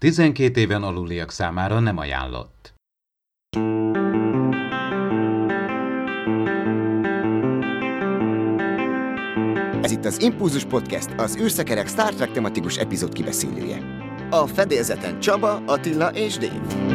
12 éven aluliak számára nem ajánlott. Ez itt az Impulzus Podcast, az űrszekerek Star Trek tematikus epizód kibeszélője. A fedélzeten Csaba, Attila és Dave.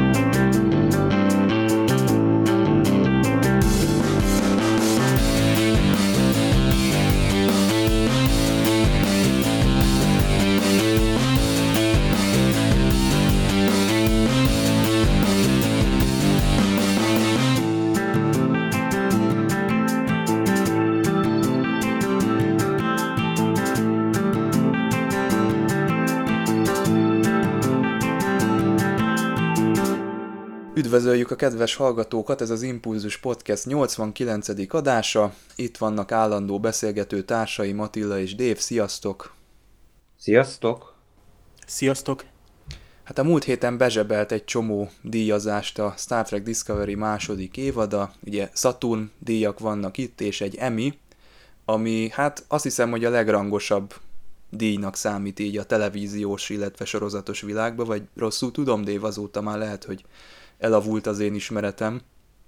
Üdvözöljük a kedves hallgatókat, ez az Impulzus Podcast 89. adása. Itt vannak állandó beszélgető társaim Attila és Dave, sziasztok! Sziasztok! Sziasztok! Hát a múlt héten bezsebelt egy csomó díjazást a Star Trek Discovery második évada, ugye Saturn díjak vannak itt, és egy Emmy, ami hát azt hiszem, hogy a legrangosabb díjnak számít így a televíziós, illetve sorozatos világban, vagy rosszul tudom, Dave, azóta már lehet, hogy elavult az én ismeretem.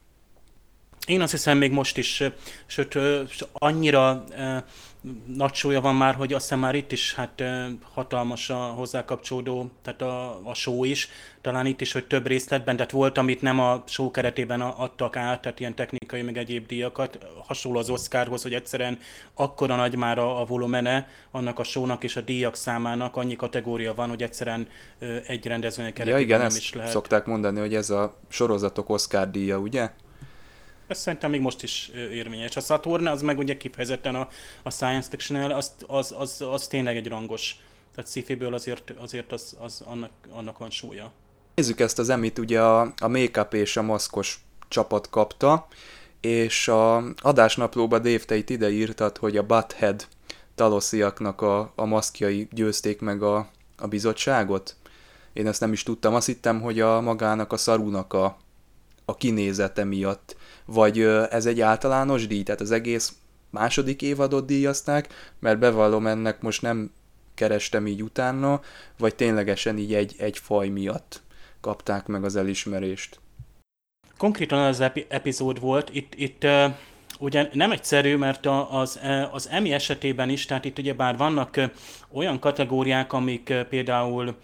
Én azt hiszem még most is, sőt annyira nagy súlya van már, hogy azt hiszem már itt is hát hatalmas a hozzá kapcsolódó, tehát a show is. Talán itt is, hogy több részletben, tehát volt, amit nem a show keretében adtak át, tehát ilyen technikai meg egyéb díjakat. Hasonló az Oscarhoz, hogy egyszerűen akkora nagy már a volumene annak a shownak és a díjak számának, annyi kategória van, hogy egyszerűen egy rendezvények keretében ja, igen, nem ezt is lehet. Szokták mondani, hogy ez a sorozatok Oscar díja, ugye? Ez szerintem még most is érvényes. A Saturn, az meg ugye kifejezetten a science fiction-el, az tényleg egy rangos. Tehát sci-fi-ből azért az annak van súlya. Nézzük ezt az Emmyt, ugye a make-up és a maszkos csapat kapta, és a adásnaplóba Dave, te itt ide írtad, hogy a Butthead talosziaknak a maszkjai győzték meg a bizottságot. Én ezt nem is tudtam, azt hittem, hogy magának a Sarunak a kinézete miatt, vagy ez egy általános díj, tehát az egész második évadot díjazták, mert bevallom, ennek most nem kerestem így utána, vagy ténylegesen így egy faj miatt kapták meg az elismerést. Konkrétan az epizód volt, itt ugye nem egyszerű, mert az Emmy esetében is, tehát itt ugye bár vannak olyan kategóriák, amik például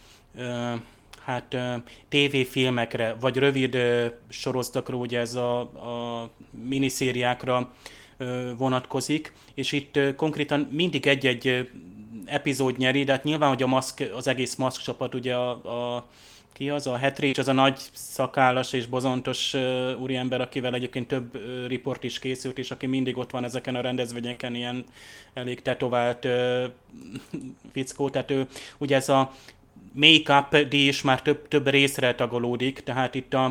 tévéfilmekre, vagy rövid sorozatokra, ugye ez a miniszériákra vonatkozik, és itt konkrétan mindig egy-egy epizód nyeri, de hát nyilván, hogy az egész maszk csapat, ugye ki az? A Hetrich, az a nagy szakállas és bozontos úriember, akivel egyébként több riport is készült, és aki mindig ott van ezeken a rendezvényeken, ilyen elég tetovált fickó, tehát ugye ez a make-up díj is már több részre tagolódik, tehát itt a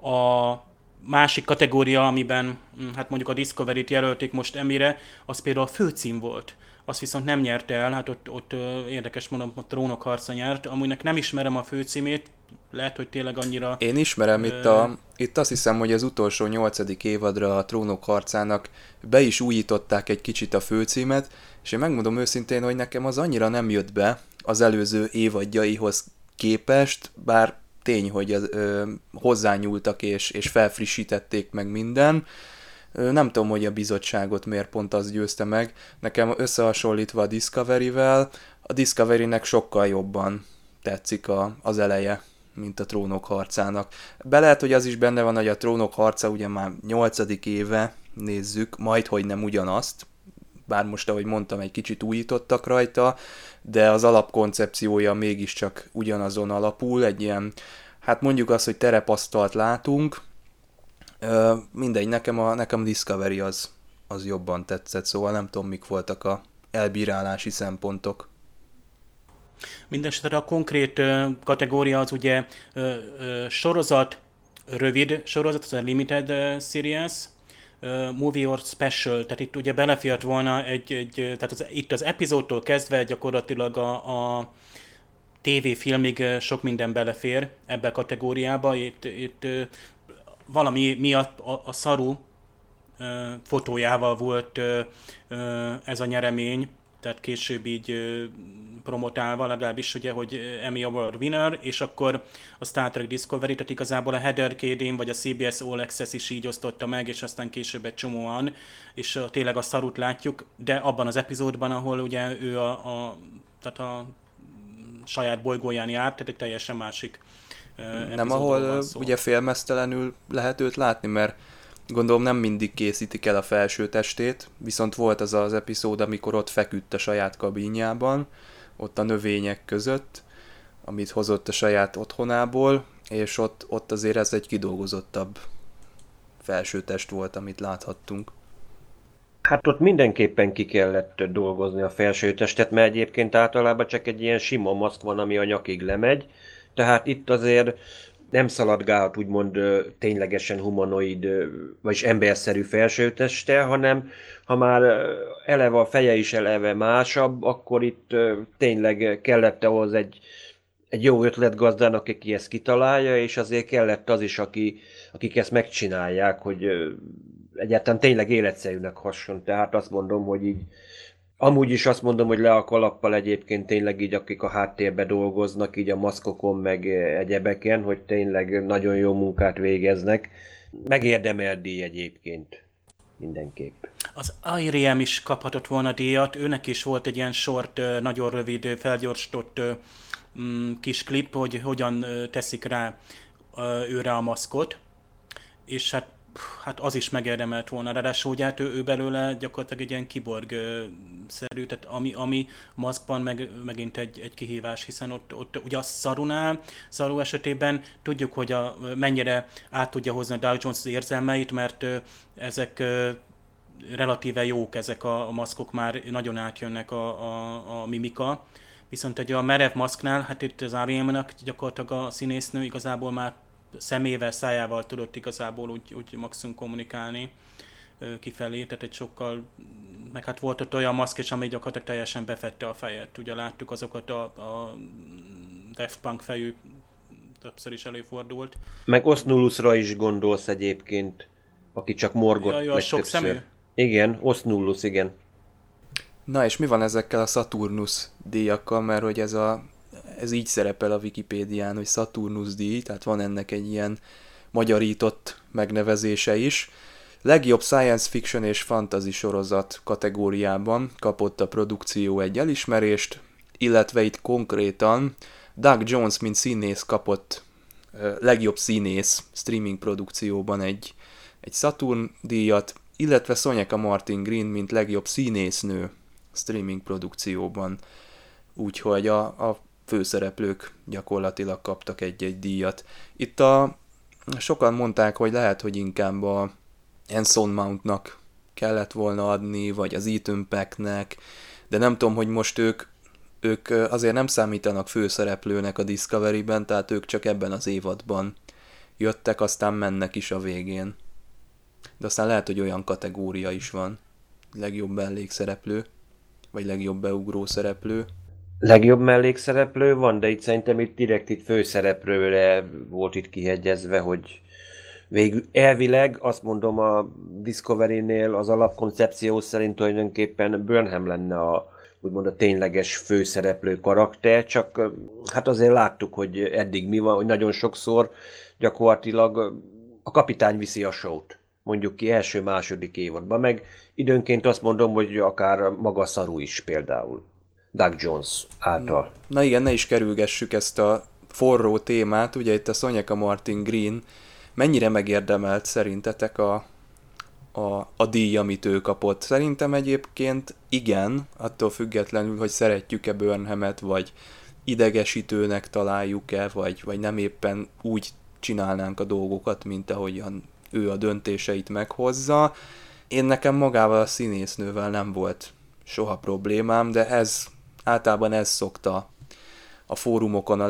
másik kategória, amiben hát mondjuk a Discovery-t jelölték most Emmyre, az például a főcím volt. Azt viszont nem nyerte el, hát ott érdekes mondom, a Trónok harca nyert. Amúgynek nem ismerem a főcímét, lehet, hogy tényleg annyira... Én ismerem, itt azt hiszem, hogy az utolsó 8. évadra a Trónok harcának be is újították egy kicsit a főcímet, és én megmondom őszintén, hogy nekem az annyira nem jött be az előző évadjaihoz képest, bár tény, hogy hozzányúltak és felfrissítették meg minden. Nem tudom, hogy a bizottságot miért pont az győzte meg. Nekem összehasonlítva a Discovery-vel, a Discovery-nek sokkal jobban tetszik az eleje, mint a Trónok harcának. Be lehet, hogy az is benne van, hogy a Trónok harca ugye már 8. éve nézzük, majdhogy nem ugyanazt, bár most, ahogy mondtam, egy kicsit újítottak rajta, de az alapkoncepciója mégiscsak ugyanazon alapul, egy ilyen, hát mondjuk azt, hogy terepasztalt látunk, mindegy, nekem a Discovery az jobban tetszett, szóval nem tudom, mik voltak a elbírálási szempontok. Mindenesetre a konkrét kategória az ugye sorozat, rövid sorozat, az a Limited Series, Movie or Special, tehát itt ugye belefért volna tehát itt az epizódtól kezdve gyakorlatilag a tévéfilmig sok minden belefér ebbe a kategóriába. Itt valami miatt a Saru fotójával volt ez a nyeremény, tehát később így promotálva, legalábbis ugye, hogy Emmy Award winner, és akkor a Star Trek Discovery, tehát igazából a Heather Kadin vagy a CBS All Access is így osztotta meg, és aztán később egy csomóan, és tényleg a szarut látjuk, de abban az epizódban, ahol ugye ő tehát a saját bolygóján járt, tehát egy teljesen másik nem, ahol ugye félmeztelenül lehet őt látni, mert gondolom nem mindig készítik el a felső testét, viszont volt az az epizód, amikor ott feküdt a saját kabinjában, ott a növények között, amit hozott a saját otthonából, és ott azért ez egy kidolgozottabb felső test volt, amit láthattunk. Hát ott mindenképpen ki kellett dolgozni a felsőtestet, mert egyébként általában csak egy ilyen sima maszk van, ami a nyakig lemegy, tehát itt azért nem szaladgálhat úgymond ténylegesen humanoid, vagyis emberszerű felsőteste, hanem ha már eleve a feje is eleve másabb, akkor itt tényleg kellett ahhoz egy jó ötletgazdának, aki ezt kitalálja, és azért kellett az is, akik ezt megcsinálják, hogy egyáltalán tényleg életszerűnek hasson. Tehát azt mondom, hogy így, amúgy is azt mondom, hogy le a kalappal egyébként tényleg így, akik a háttérbe dolgoznak, így a maszkokon, meg egyebeken, hogy tényleg nagyon jó munkát végeznek. Megérdemel díj egyébként. Mindenképp. Az IRM is kaphatott volna díjat, őnek is volt egy ilyen short, nagyon rövid, felgyorsított kis klip, hogy hogyan teszik rá őre a maszkot, és hát az is megérdemelt volna, ráadásul ugye hát ő belőle gyakorlatilag egy ilyen kiborg-szerű, tehát ami maszkban megint egy kihívás, hiszen ott ugye a Saru esetében tudjuk, hogy mennyire át tudja hozni a Doug Jones az érzelmeit, mert ezek relatíve jók, ezek a maszkok már nagyon átjönnek a mimika, viszont egy a merev maszknál, hát itt az Arielnek gyakorlatilag a színésznő igazából már szemével, szájával tudott igazából úgy maximum kommunikálni kifelé, tehát egy sokkal, meg hát volt ott olyan maszk is, ami gyakorlatilag teljesen befette a fejet. Ugye láttuk azokat a Daft Punk fejű, többször is előfordult. Meg Osnulusra is gondolsz egyébként, aki csak morgott a sok szemű? Igen, Osnulus, igen. Na és mi van ezekkel a Saturnus díjakkal, mert hogy ez így szerepel a Wikipédián, hogy Saturnus díj, tehát van ennek egy ilyen magyarított megnevezése is. Legjobb science fiction és fantasy sorozat kategóriában kapott a produkció egy elismerést, illetve itt konkrétan Doug Jones, mint színész kapott legjobb színész streaming produkcióban egy Saturn díjat, illetve Soneca Martin Green, mint legjobb színésznő streaming produkcióban. Úgyhogy a főszereplők gyakorlatilag kaptak egy díjat. Itt sokan mondták, hogy lehet, hogy inkább a Anson Mountnak kellett volna adni, vagy az Ethan Pecknek, de nem tudom, hogy most ők azért nem számítanak főszereplőnek a Discovery-ben, tehát ők csak ebben az évadban jöttek, aztán mennek is a végén. De aztán lehet, hogy olyan kategória is van. Legjobb mellékszereplő, vagy legjobb beugró szereplő. Legjobb mellékszereplő van, de itt szerintem itt főszereplőre volt itt kihegyezve, hogy végül elvileg azt mondom a Discovery-nél az alapkoncepció szerint tulajdonképpen Burnham lenne úgymond a tényleges főszereplő karakter, csak hát azért láttuk, hogy eddig mi van, hogy nagyon sokszor gyakorlatilag a kapitány viszi a show-t, mondjuk ki első-második évadban, meg időnként azt mondom, hogy akár maga Saru is például. Doug Jones által. Na igen, ne is kerülgessük ezt a forró témát, ugye itt a Soneca Martin Green mennyire megérdemelt szerintetek a díj, amit ő kapott? Szerintem egyébként igen, attól függetlenül, hogy szeretjük-e Burnhamet, vagy idegesítőnek találjuk-e, vagy nem éppen úgy csinálnánk a dolgokat, mint ahogyan ő a döntéseit meghozza. Én nekem magával a színésznővel nem volt soha problémám, de általában ez szokta a fórumokon a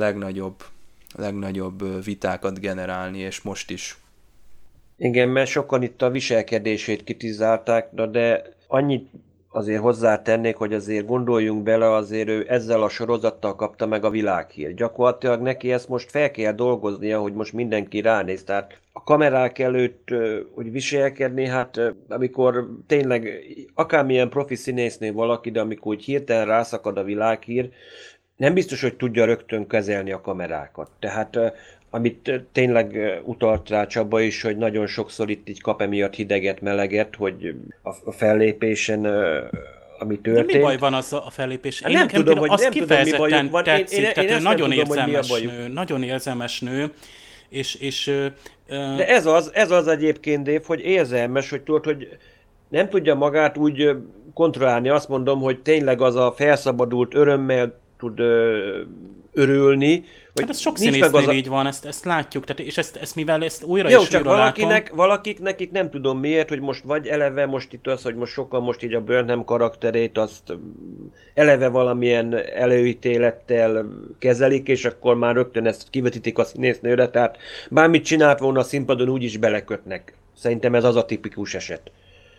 legnagyobb vitákat generálni, és most is. Igen, mert sokan itt a viselkedését kritizálták, de annyit azért hozzátennék, hogy azért gondoljunk bele, azért ő ezzel a sorozattal kapta meg a világhírt. Gyakorlatilag neki ezt most fel kell dolgoznia, hogy most mindenki ránéz. Tehát a kamerák előtt, hogy viselkedni, hát amikor tényleg akármilyen profi színésznő valaki, de amikor úgy hirtelen rászakad a világhír, nem biztos, hogy tudja rögtön kezelni a kamerákat. Tehát amit tényleg utalt rá Csaba is, hogy nagyon sokszor itt így kap emiatt hideget, meleget, hogy a fellépésen, ami De történt. mi baj van az a fellépés? Hát nem tudom, hogy az nem tudom, mi bajuk van. Tetszik, tehát ő nagyon tudom, hogy mi a érzelmes bajuk. nő, nagyon érzelmes nő, és De ez az egyébként, Dave, hogy érzelmes, hogy tudod, hogy nem tudja magát úgy kontrollálni. Azt mondom, hogy tényleg az a felszabadult örömmel tud örülni. Hogy hát ez sok nincs meg színésznél az így van, ezt látjuk, tehát, és ezt mivel ezt újra Jó, és csak újra látom. valakik nekik nem tudom miért, hogy most vagy eleve most itt az, hogy most sokan most így a Burnham karakterét azt eleve valamilyen előítélettel kezelik, és akkor már rögtön ezt kivetítik a színésznőre, tehát bármit csinált volna a színpadon, úgyis belekötnek. Szerintem ez az a tipikus eset.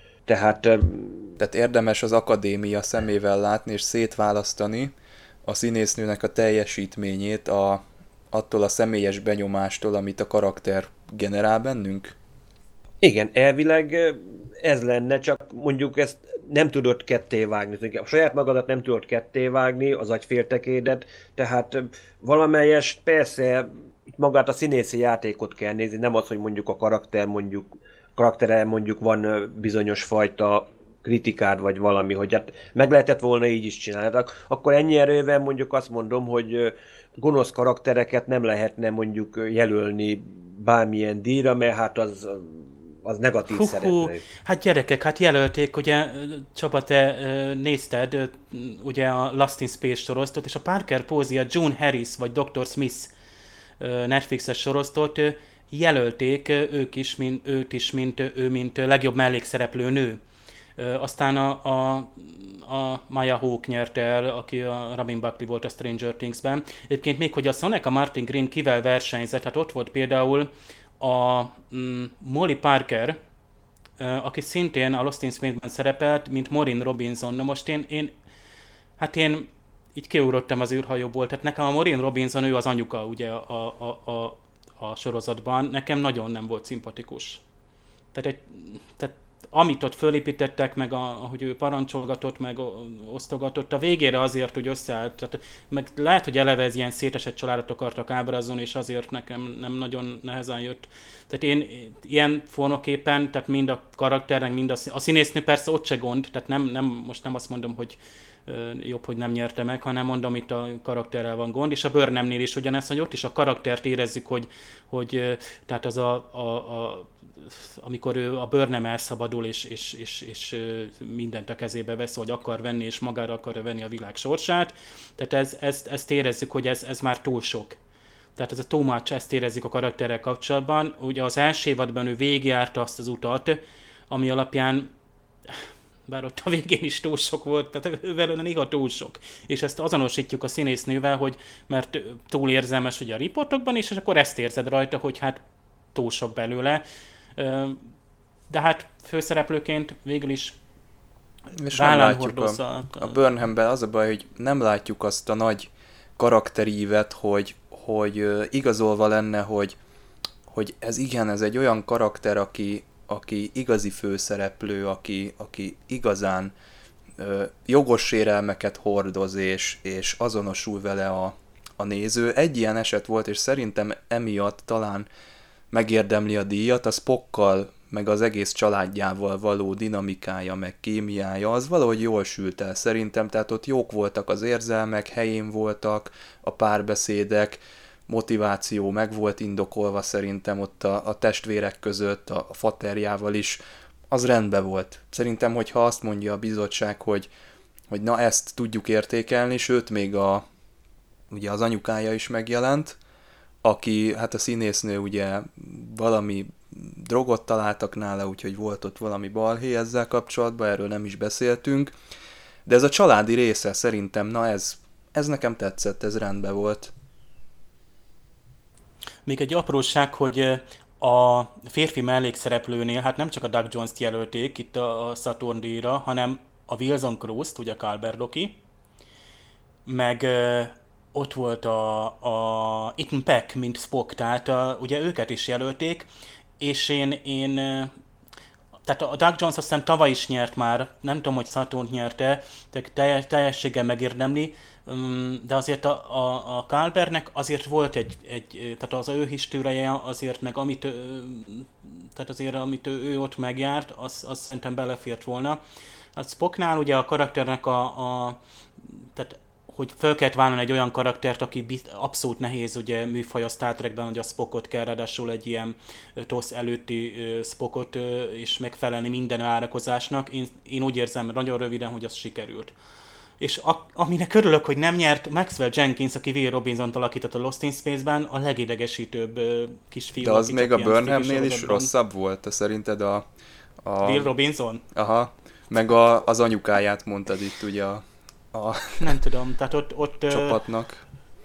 Tehát érdemes az akadémia szemével látni és szétválasztani a színésznőnek a teljesítményét attól a személyes benyomástól, amit a karakter generál bennünk? igen, elvileg ez lenne, csak mondjuk ezt nem tudod ketté vágni. A saját magadat nem tudod ketté vágni, az agyféltekédet, tehát valamelyest persze itt magát a színészi játékot kell nézni, nem az, hogy mondjuk a karaktere mondjuk van bizonyos fajta kritikád, vagy valami, hogy hát meg lehetett volna így is csinálni. Hát akkor ennyi erővel mondjuk azt mondom, hogy gonosz karaktereket nem lehetne mondjuk jelölni bármilyen díjra, mert hát az negatív szereplő. Hát gyerekek, hát jelölték, ugye Csaba, te nézted ugye a Lost in Space sorozatot, és a Parker Posey, a June Harris vagy Dr. Smith Netflixes sorozatot jelölték őt is, mint legjobb mellékszereplő nő. Aztán a Maya Hawke nyerte el, aki a Robin Buckley volt a Stranger Things-ben. Egyébként még, hogy a Soneca Martin Green kivel versenyzett, hát ott volt például a Molly Parker, aki szintén a Lost in Space-ben szerepelt, mint Maureen Robinson. Na most én így kiugrottam az űrhajóból, tehát nekem a Maureen Robinson, ő az anyuka ugye a sorozatban, nekem nagyon nem volt szimpatikus. Tehát amit ott fölépítettek, meg ahogy ő parancsolgatott, meg osztogatott, a végére azért, hogy összeállt. Tehát, meg lehet, hogy eleve ez ilyen szétesett családot akartak ábrázolni, és azért nekem nem nagyon nehezen jött. Tehát én ilyen formaképpen, tehát mind a karakternek, mind a színésznő persze ott se gond, tehát most nem azt mondom, hogy jobb, hogy nem nyerte meg, hanem mondom, itt a karakterrel van gond, és a Burnhamnél is ugyanez, hogy ott is a karaktert érezzük, hogy tehát az amikor ő a Burnham elszabadul, és mindent a kezébe vesz, hogy akar venni, és magára akar venni a világ sorsát, tehát ezt érezzük, hogy ez már túl sok. Tehát ez a too much, ezt érezzük a karakterrel kapcsolatban. Ugye az első évadban ő végigjárta azt az utat, ami alapján bár ott a végén is túl sok volt, tehát velőle néha túl sok. És ezt azonosítjuk a színésznővel, mert túl érzelmes ugye a riportokban is, és akkor ezt érzed rajta, hogy hát túl sok belőle. De hát főszereplőként végül is és nem látjuk hordozza. A Burnhamben az a baj, hogy nem látjuk azt a nagy karakterívet, hogy igazolva lenne, hogy ez egy olyan karakter, aki igazi főszereplő, aki igazán jogos sérelmeket hordoz, és azonosul vele a néző. Egy ilyen eset volt, és szerintem emiatt talán megérdemli a díjat, a Spockkal, meg az egész családjával való dinamikája, meg kémiája, az valahogy jól sült el szerintem, tehát ott jók voltak az érzelmek, helyén voltak a párbeszédek, motiváció meg volt indokolva szerintem ott a testvérek között, a faterjával is, az rendben volt. Szerintem, hogyha azt mondja a bizottság, hogy na ezt tudjuk értékelni, sőt még ugye az anyukája is megjelent, aki, hát a színésznő ugye valami drogot találtak nála, úgyhogy volt ott valami balhé ezzel kapcsolatban, erről nem is beszéltünk, de ez a családi része szerintem, na ez nekem tetszett, ez rendben volt. Még egy apróság, hogy a férfi mellékszereplőnél, hát nem csak a Doug Jones-t jelölték itt a Saturn díjra, hanem a Wilson Cruz-t, ugye Culber Loki, meg ott volt a Ethan Peck, mint Spock, tehát ugye őket is jelölték, és én tehát a Doug Jones aztán tavaly is nyert már, nem tudom, hogy Saturnt nyerte, tehát teljességgel megérdemli, de azért a Culbernek azért volt tehát az ő historyje azért, meg tehát azért amit ő ott megjárt, az szerintem belefért volna. A Spocknál ugye a karakternek tehát hogy fel kellett vállalni egy olyan karaktert, aki abszolút nehéz ugye műfaj a Star Trekben, hogy a Spockot kell, ráadásul egy ilyen TOS előtti Spockot és megfelelni minden várakozásnak. Én úgy érzem nagyon röviden, hogy az sikerült. És aminek örülök, hogy nem nyert, Maxwell Jenkins, aki Will Robinson-t alakított a Lost in Space-ben, a legidegesítőbb kisfiú. De az még a Burnhamnél is rosszabb volt, te szerinted a Will Robinson? Aha, meg az anyukáját mondtad itt ugye nem tudom, tehát ott csapatnak.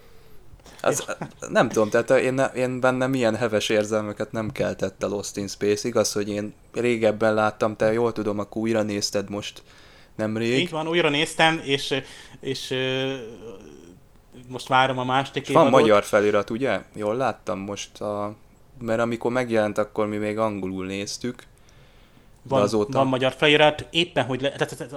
Nem tudom, tehát én bennem ilyen heves érzelmeket nem keltett a Lost in Space. Igaz, hogy én régebben láttam, te jól tudom, akkor újra nézted most nemrég. Így van, újra néztem, és most várom a második évadot. Van magyar felirat, ugye? Jól láttam most, mert amikor megjelent, akkor mi még angolul néztük. Van magyar felirat, éppen hogy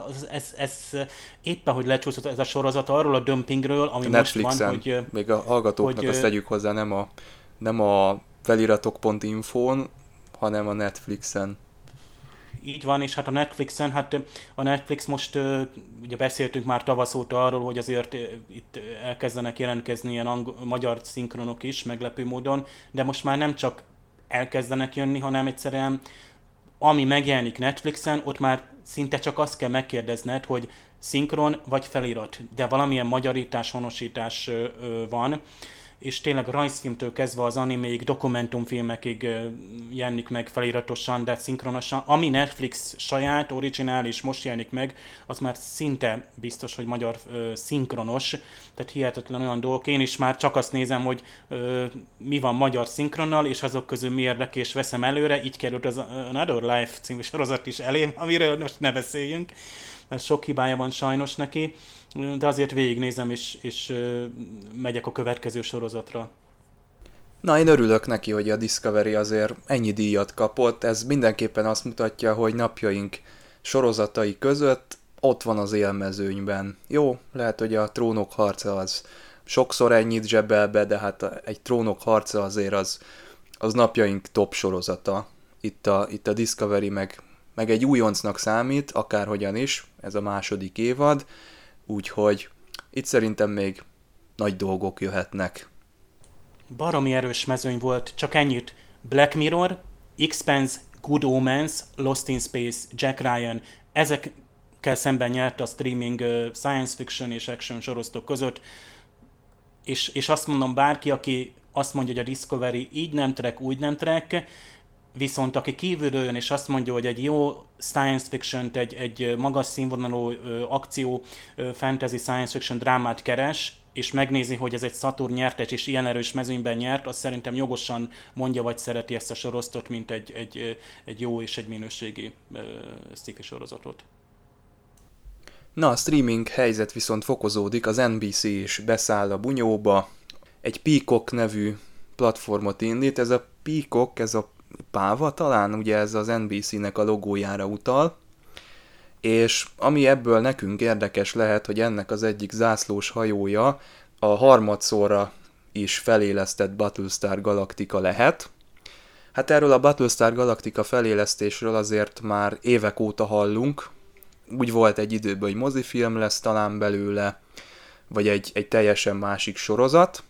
éppen hogy lecsúszott ez a sorozat arról a dumpingről, ami Netflixen, most van, hogy... még a hallgatóknak azt tegyük hozzá, nem a feliratok.info-n, hanem a Netflixen. Így van, és hát a Netflix most, ugye beszéltünk már tavasz óta arról, hogy azért itt elkezdenek jelentkezni ilyen magyar szinkronok is, meglepő módon, de most már nem csak elkezdenek jönni, hanem egyszerűen ami megjelenik Netflixen, ott már szinte csak azt kell megkérdezned, hogy szinkron vagy felirat, de valamilyen magyarítás, honosítás van, és tényleg rajzfilmtől kezdve az animéig, dokumentumfilmekig jelenik meg feliratosan, de szinkronosan. Ami Netflix saját, originális most jelenik meg, az már szinte biztos, hogy magyar szinkronos, tehát hihetetlen olyan dolgok. Én is már csak azt nézem, hogy mi van magyar szinkronnal, és azok közül mi érdekes veszem előre, így került az Another Life című sorozat is elém, amiről most ne beszéljünk, mert sok hibája van sajnos neki, de azért végignézem, és megyek a következő sorozatra. Na, én örülök neki, hogy a Discovery azért ennyi díjat kapott. Ez mindenképpen azt mutatja, hogy napjaink sorozatai között ott van az élmezőnyben. Jó, lehet, hogy a Trónok harca az sokszor ennyit zsebel be, de hát egy Trónok harca azért az napjaink top sorozata. Itt a Discovery meg egy újoncnak számít, akárhogyan is, ez a második évad, úgyhogy itt szerintem még nagy dolgok jöhetnek. Baromi erős mezőny volt, csak ennyit. Black Mirror, Expanse, Good Omens, Lost in Space, Jack Ryan, ezekkel szemben nyert a streaming science fiction és action sorozatok között, és azt mondom, bárki, aki azt mondja, hogy a Discovery így nem track, úgy nem track, viszont aki kívülről jön és azt mondja, hogy egy jó science fiction-t, egy magas színvonalú akció, fantasy science fiction drámát keres, és megnézi, hogy ez egy Saturn nyertes és ilyen erős mezőnyben nyert, az szerintem jogosan mondja, vagy szereti ezt a sorozatot, mint egy jó és egy minőségi sci-fi sorozatot. Na, a streaming helyzet viszont fokozódik, az NBC is beszáll a bunyóba, egy Peacock nevű platformot indít, ez a Peacock, ez a páva talán, ugye ez az NBC-nek a logójára utal, és ami ebből nekünk érdekes lehet, hogy ennek az egyik zászlós hajója a harmadszorra is felélesztett Battlestar Galactica lehet. Hát erről a Battlestar Galactica felélesztésről azért már évek óta hallunk, úgy volt egy időben, hogy mozifilm lesz talán belőle, vagy egy teljesen másik sorozat,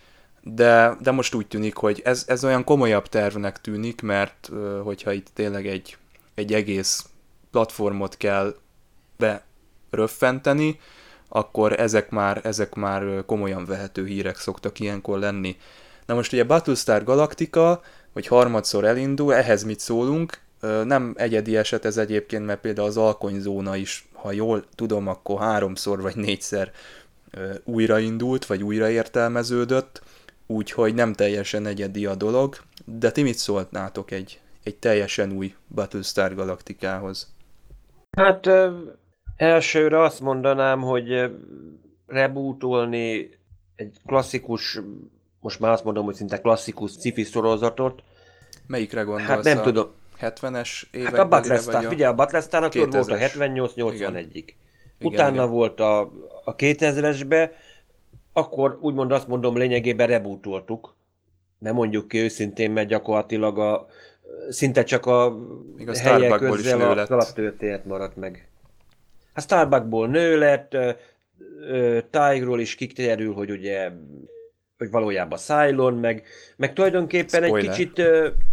de most úgy tűnik, hogy ez olyan komolyabb tervnek tűnik, mert hogyha itt tényleg egy egész platformot kell beröffenteni, akkor ezek már komolyan vehető hírek szoktak ilyenkor lenni. Na most ugye Battlestar Galactica, hogy harmadszor elindul, ehhez mit szólunk? Nem egyedi eset ez egyébként, mert például az Alkonyzóna is, ha jól tudom, akkor 3-szor vagy 4-szer újraindult, vagy újraértelmeződött, úgyhogy nem teljesen egyedi a dolog, de ti mit szóltnátok egy teljesen új Battlestar Galacticához? Hát Elsőre azt mondanám, hogy rebootolni egy klasszikus, most már azt mondom, hogy szinte klasszikus sci-fi sorozatot. Melyikre gondolsz? Hát nem tudom. 70-es években? Hát a Battlestar, figyelj, a Battlestarnak ott volt a 2000-es. 78-81-ig. Utána igen. volt a 2000-esbe, akkor úgymond azt mondom, lényegében rebootoltuk. Nem mondjuk ki őszintén, mert gyakorlatilag szinte csak a Még a helyek Starbuckból is közzel nő a lett. alaptörténet maradt meg. A Starbuckból nő lett, Tigról is kiterül, hogy ugye hogy valójában Cylon, meg tulajdonképpen Spoiler. egy kicsit...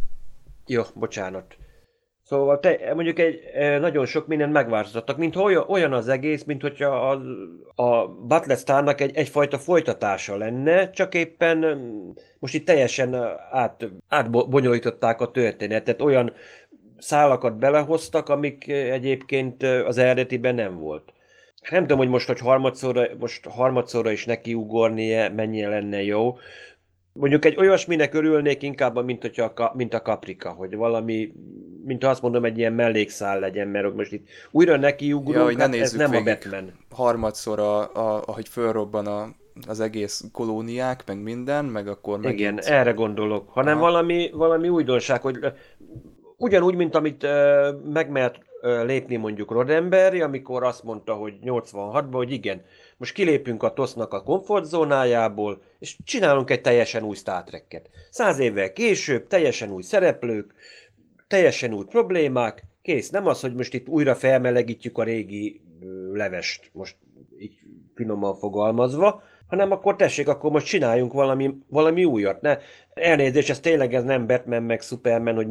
Jó, bocsánat. Szóval mondjuk nagyon sok mindent megváltoztattak, mint olyan az egész, mint hogyha a Battlestarnak egyfajta folytatása lenne, csak éppen most itt teljesen átbonyolították a történetet, olyan szálakat belehoztak, amik egyébként az eredetiben nem volt. Nem tudom, hogy most harmadszorra is nekiugornie, mennyire lenne jó. Mondjuk egy olyasminek örülnék inkább, mint a Caprica, hogy valami, mint azt mondom, egy ilyen mellékszál legyen, mert most itt újra nekiugrunk, hogy ne hát ez nézzük nem a végig Batman. Harmadszor, ahogy fölrobban az egész kolóniák, meg minden, meg akkor megint... Igen, erre gondolok. Hanem valami újdonság, hogy ugyanúgy, mint amit megmert lépni mondjuk Roddenberry, amikor azt mondta, hogy 86-ban, hogy igen, most kilépünk a TOS-nak a komfortzónájából, és csinálunk egy teljesen új Star Trek-et. 100 évvel később, teljesen új szereplők, teljesen új problémák, kész. Nem az, hogy most itt újra felmelegítjük a régi levest, most így finoman fogalmazva, hanem akkor tessék, akkor most csináljunk valami újat. Elnézést, ez nem Batman meg Superman, hogy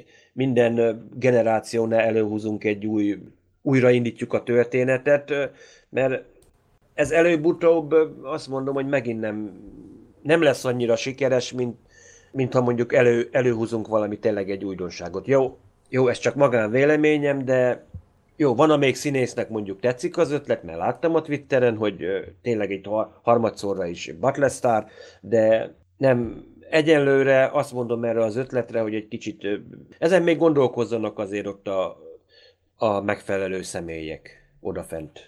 minden generációnál előhúzunk egy újraindítjuk a történetet, mert ez előbb-utóbb azt mondom, hogy megint nem lesz annyira sikeres, mint ha mondjuk előhúzunk valami tényleg egy újdonságot. Jó, ez csak magánvéleményem, de jó, van, amelyik színésznek mondjuk tetszik az ötlet, mert láttam a Twitteren, hogy tényleg egy harmadszorra is Battlestar, de nem egyenlőre azt mondom erre az ötletre, hogy egy kicsit ezen még gondolkozzanak azért ott a megfelelő személyek odafent.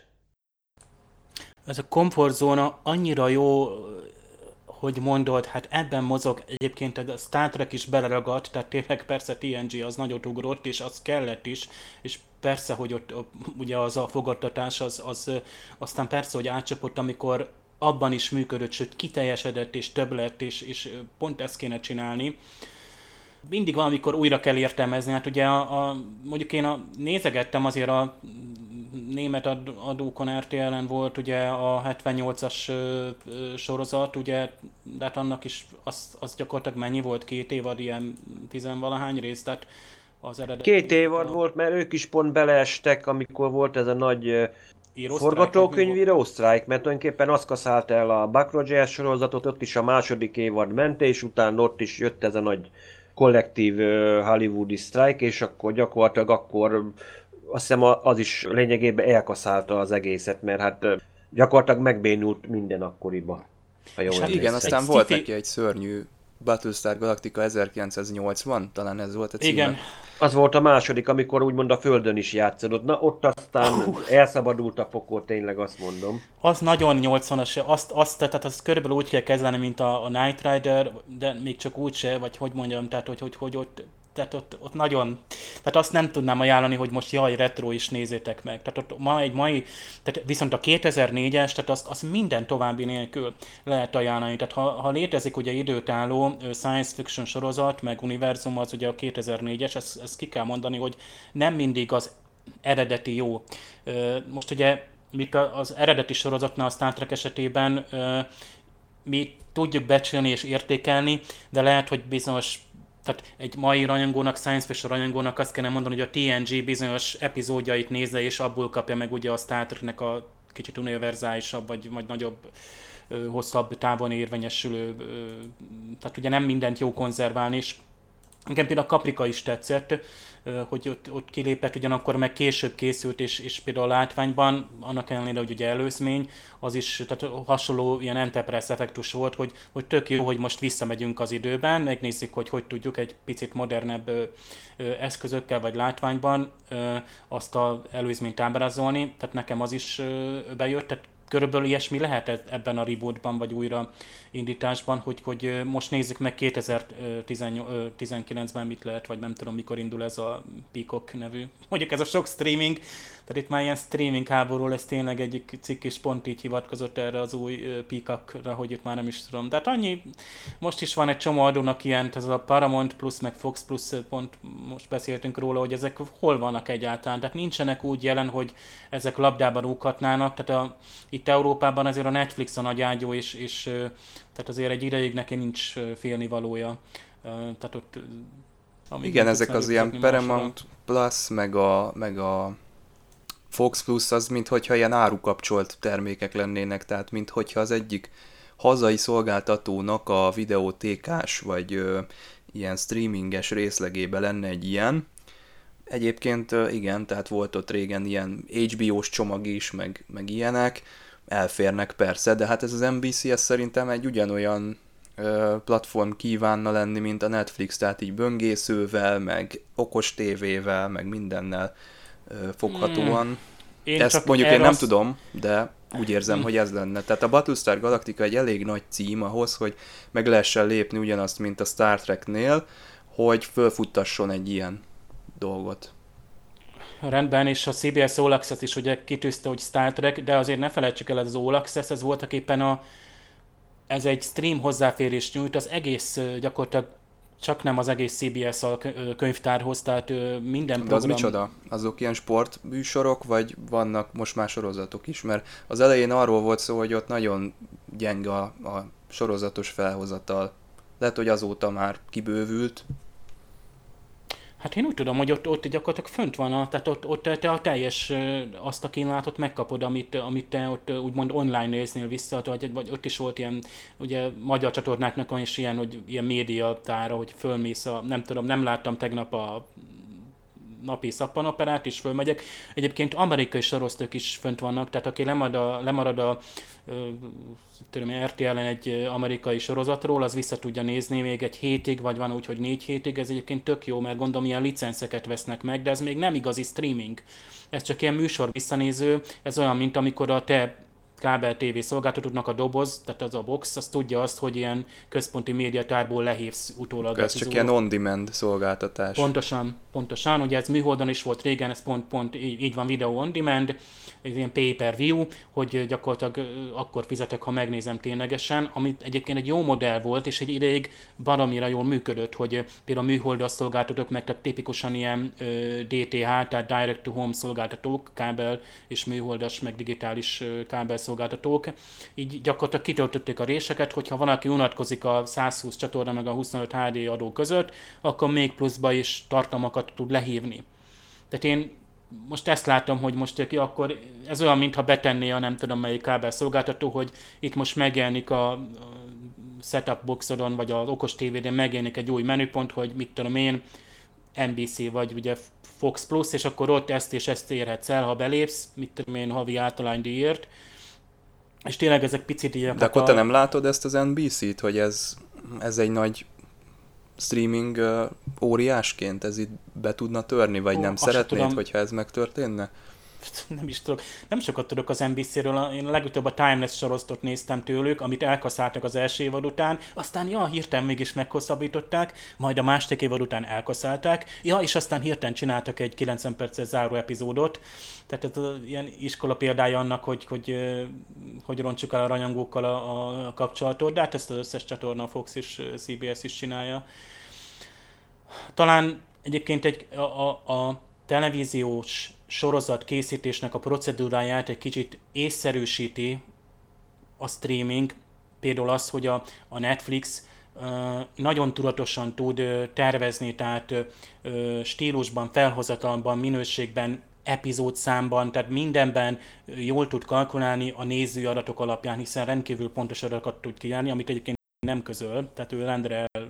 Ez a komfortzóna annyira jó, hogy mondod, hát ebben mozog egyébként a Star Trek is beleragadt, tehát tényleg persze TNG az nagyot ugrott, és az kellett is, és persze, hogy ott ugye az a fogadtatás, az aztán persze, hogy átcsapott, amikor abban is működött, sőt kiteljesedett és több lett, és pont ezt kéne csinálni. Mindig valamikor újra kell értelmezni, hát ugye mondjuk én nézegettem azért a német adókon RTL-en volt ugye a 78-as sorozat, ugye, de hát annak is az gyakorlatilag mennyi volt, 2 évad, ilyen 10-valahány rész, tehát az eredeti... 2 évad volt, mert ők is pont beleestek, amikor volt ez a nagy forgatókönyvíró sztrájk, mert tulajdonképpen azt kaszált el a Buck Rogers sorozatot, ott is a második évad ment, és utána ott is jött ez a nagy kollektív hollywoodi sztrájk, és akkor gyakorlatilag azt hiszem az is lényegében elkaszálta az egészet, mert hát gyakorlatilag megbénult minden akkoriba. Hát igen, aztán volt neki egy szörnyű Battlestar Galactica 1980, talán ez volt a címe. Igen. Az volt a második, amikor úgymond a Földön is játszódott. Na, ott aztán elszabadult a pokol, tényleg azt mondom. Az nagyon 80-as, tehát azt körülbelül úgy kell kezelni, mint a Knight Rider, de még csak úgy se, vagy hogy mondjam, tehát hogy ott, tehát ott nagyon, tehát azt nem tudnám ajánlani, hogy most jaj, retro is nézzétek meg. Tehát ott tehát viszont a 2004-es, tehát azt minden további nélkül lehet ajánlani. Tehát ha létezik ugye időtálló science fiction sorozat, meg univerzum, az ugye a 2004-es, ezt ki kell mondani, hogy nem mindig az eredeti jó. Most ugye az eredeti sorozatnál a Star Trek esetében mi tudjuk becsülni és értékelni, de lehet, hogy bizonyos, tehát egy mai rajongónak, science fiction rajongónak azt kellene mondani, hogy a TNG bizonyos epizódjait nézze, és abból kapja meg ugye a Star Treknek a kicsit univerzálisabb, vagy nagyobb, hosszabb távon érvényesülő, tehát ugye nem mindent jó konzerválni, és Nekem például a Caprica is tetszett, hogy ott kilépett, ugyanakkor meg később készült, és például a látványban, annak ellenére, hogy ugye előzmény, az is tehát hasonló ilyen Enterprise effektus volt, hogy tök jó, hogy most visszamegyünk az időben, megnézzük, hogy tudjuk egy picit modernebb eszközökkel vagy látványban azt az előzményt ábrázolni, tehát nekem az is bejött, tehát körülbelül ilyesmi lehet ebben a rebootban, vagy újraindításban, hogy most nézzük meg 2019-ben mit lehet, vagy nem tudom mikor indul ez a Peacock nevű. Mondjuk ez a sok streaming, tehát itt már ilyen streaming háború lesz, tényleg egyik cikk is pont így hivatkozott erre az új Peacockra, hogy itt már nem is tudom. Tehát annyi, most is van egy csomó adónak ilyen, ez a Paramount Plus, meg Fox Plus, pont most beszéltünk róla, hogy ezek hol vannak egyáltalán. Tehát nincsenek úgy jelen, hogy ezek labdába rúghatnának, tehát itt Európában azért a Netflix a nagy ágyú, és tehát azért egy ideig neki nincs félnivalója. Tehát ott... Igen, ezek az ilyen Paramount Plus, meg a Fox Plus, az minthogyha ilyen árukapcsolt termékek lennének, tehát minthogyha az egyik hazai szolgáltatónak a videótékás, vagy ilyen streaminges részlegében lenne egy ilyen. Egyébként igen, tehát volt ott régen ilyen HBO-s csomag is, meg ilyenek, elférnek persze, de hát ez az NBC, ez szerintem egy ugyanolyan platform kívánna lenni, mint a Netflix, tehát így böngészővel, meg okos tévével, meg mindennel foghatóan. Ezt mondjuk én nem tudom, de úgy érzem, hogy ez lenne. Tehát a Battlestar Galactica egy elég nagy cím ahhoz, hogy meg lehessen lépni ugyanazt, mint a Star Treknél, hogy fölfuttasson egy ilyen dolgot. Rendben, és a CBS All Access is ugye kitűzte, hogy Star Trek, de azért ne felejtsük el, ez az All Access, ez voltak éppen ez egy stream hozzáférést nyújt az egész, gyakorlatilag csak nem az egész CBS a könyvtárhoz, tehát minden program... De az micsoda? Azok ilyen sportműsorok, vagy vannak most már sorozatok is? Mert az elején arról volt szó, hogy ott nagyon gyenge a sorozatos felhozatal. Lehet, hogy azóta már kibővült. Hát én úgy tudom, hogy ott gyakorlatilag fönt van, tehát ott te a teljes azt a kínálatot megkapod, amit te ott úgymond online néznél vissza, vagy ott is volt ilyen, ugye magyar csatornáknak van is ilyen, hogy ilyen médiatára, hogy fölmész nem tudom, nem láttam tegnap a napi szappanoperát, és fölmegyek. Egyébként amerikai sorosztok is fönt vannak, tehát aki lemarad a RTL-en egy amerikai sorozatról, az vissza tudja nézni még egy hétig, vagy van úgy, hogy 4 hétig, ez egyébként tök jó, mert gondolom ilyen licenszeket vesznek meg, de ez még nem igazi streaming. Ez csak ilyen műsor visszanéző, ez olyan, mint amikor a te kábel TV szolgáltatódnak a doboz, tehát az a box, az tudja azt, hogy ilyen központi médiatárból lehívsz utólag. Ez csak ilyen on-demand szolgáltatás. Pontosan, ugye ez műholdon is volt régen, ez pont így van, videó on-demand, ez ilyen pay-per-view, hogy gyakorlatilag akkor fizetek, ha megnézem ténylegesen, ami egyébként egy jó modell volt, és egy ideig baromira jól működött, hogy például a műholdas szolgáltatók, meg tehát tipikusan ilyen DTH, tehát Direct to Home szolgáltatók, kábel és műholdas, meg digitális kábel szolgáltatók, így gyakorlatilag kitöltötték a réseket, hogyha valaki unatkozik a 120 csatorna meg a 25 HD adó között, akkor még pluszba is tartalmakat tud lehívni. Tehát én most ezt látom, hogy most akkor ez olyan, mintha betenné a nem tudom melyik kábel szolgáltató, hogy itt most megjelenik a setup boxodon, vagy az okos tévéden megjelenik egy új menüpont, hogy mit tudom én, NBC vagy ugye Fox Plus, és akkor ott ezt és ezt érhetsz el, ha belépsz, mit tudom én, havi általánydíjért. És tényleg ezek picit ilyen... De akkor te nem látod ezt az NBC-t, hogy ez egy nagy streaming óriásként ez itt be tudna törni, vagy nem szeretnéd, hogyha ez megtörténne? Nem is tudok. Nem sokat tudok az NBC-ről. Én legutóbb a Timeless sorozatot néztem tőlük, amit elkaszáltak az első évad után, aztán hirtelen mégis meghosszabbították, majd a második évad után elkaszálták, és aztán hirtelen csináltak egy 90 perces záró epizódot. Tehát ez ilyen iskola példája annak, hogy rontsuk el a rajongókkal a kapcsolatot, de hát ezt az összes csatorna, a Fox és CBS is csinálja. Talán egyébként a televíziós sorozat készítésnek a procedúráját egy kicsit észszerűsíti a streaming, például az, hogy a Netflix nagyon tudatosan tud tervezni, tehát stílusban, felhozatalban, minőségben, epizódszámban, tehát mindenben jól tud kalkulálni a néző adatok alapján, hiszen rendkívül pontos adatokat tud kiállni, amit egyébként nem közöl, tehát ő rendre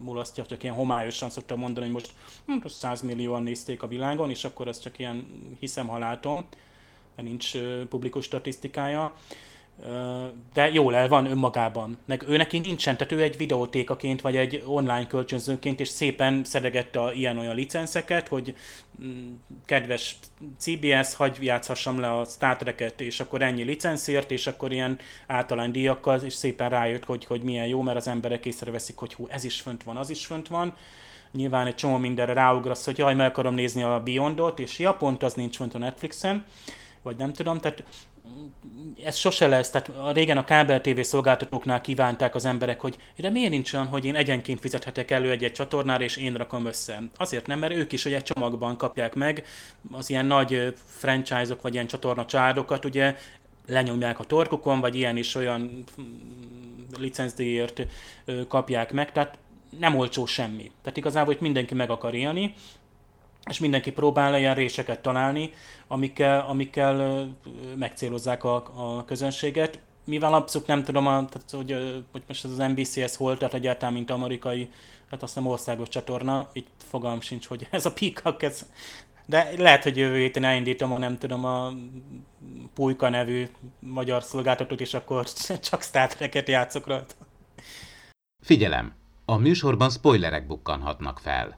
mulasztja, csak ilyen homályosan szoktam mondani, hogy most 100 millióan nézték a világon, és akkor ez csak ilyen hiszem, ha látom, mert nincs publikus statisztikája. De jól el van önmagában. Meg ő neki nincsen, tehát ő egy videótékaként, vagy egy online kölcsönzőként, és szépen szedegette ilyen-olyan licenszeket, hogy kedves CBS, hagyj játszhassam le a Star Trek-et, és akkor ennyi licenszért, és akkor ilyen általány díjakkal, és szépen rájött, hogy milyen jó, mert az emberek észreveszik, hogy hú, ez is fönt van, az is fönt van. Nyilván egy csomó mindenre ráugrasz, hogy jaj, meg akarom nézni a Beyondot, és ja, pont az nincs fönt a Netflixen, vagy nem tudom, tehát ez sose lesz, tehát régen a kábel TV szolgáltatóknál kívánták az emberek, hogy de miért nincs olyan, hogy én egyenként fizethetek elő egy csatornára, és én rakom össze. Azért nem, mert ők is egy csomagban kapják meg az ilyen nagy franchise-ok, vagy ilyen csatorna családokat, ugye lenyomják a torkukon, vagy ilyen is olyan licencdíjért kapják meg, tehát nem olcsó semmi. Tehát igazából itt mindenki meg akar élni, és mindenki próbál ilyen réseket találni, amikkel megcélozzák a közönséget. Mivel abszolút nem tudom, tehát, hogy most ez az NBC-hez hol, tehát egyáltalán mint amerikai, hát azt nem országos csatorna, itt fogalmam sincs, hogy ez a Peacock, de lehet, hogy jövő héten elindítom, nem tudom, a Pulyka nevű magyar szolgáltatót, és akkor csak Star Trek-et játszok rajta. Figyelem! A műsorban spoilerek bukkanhatnak fel.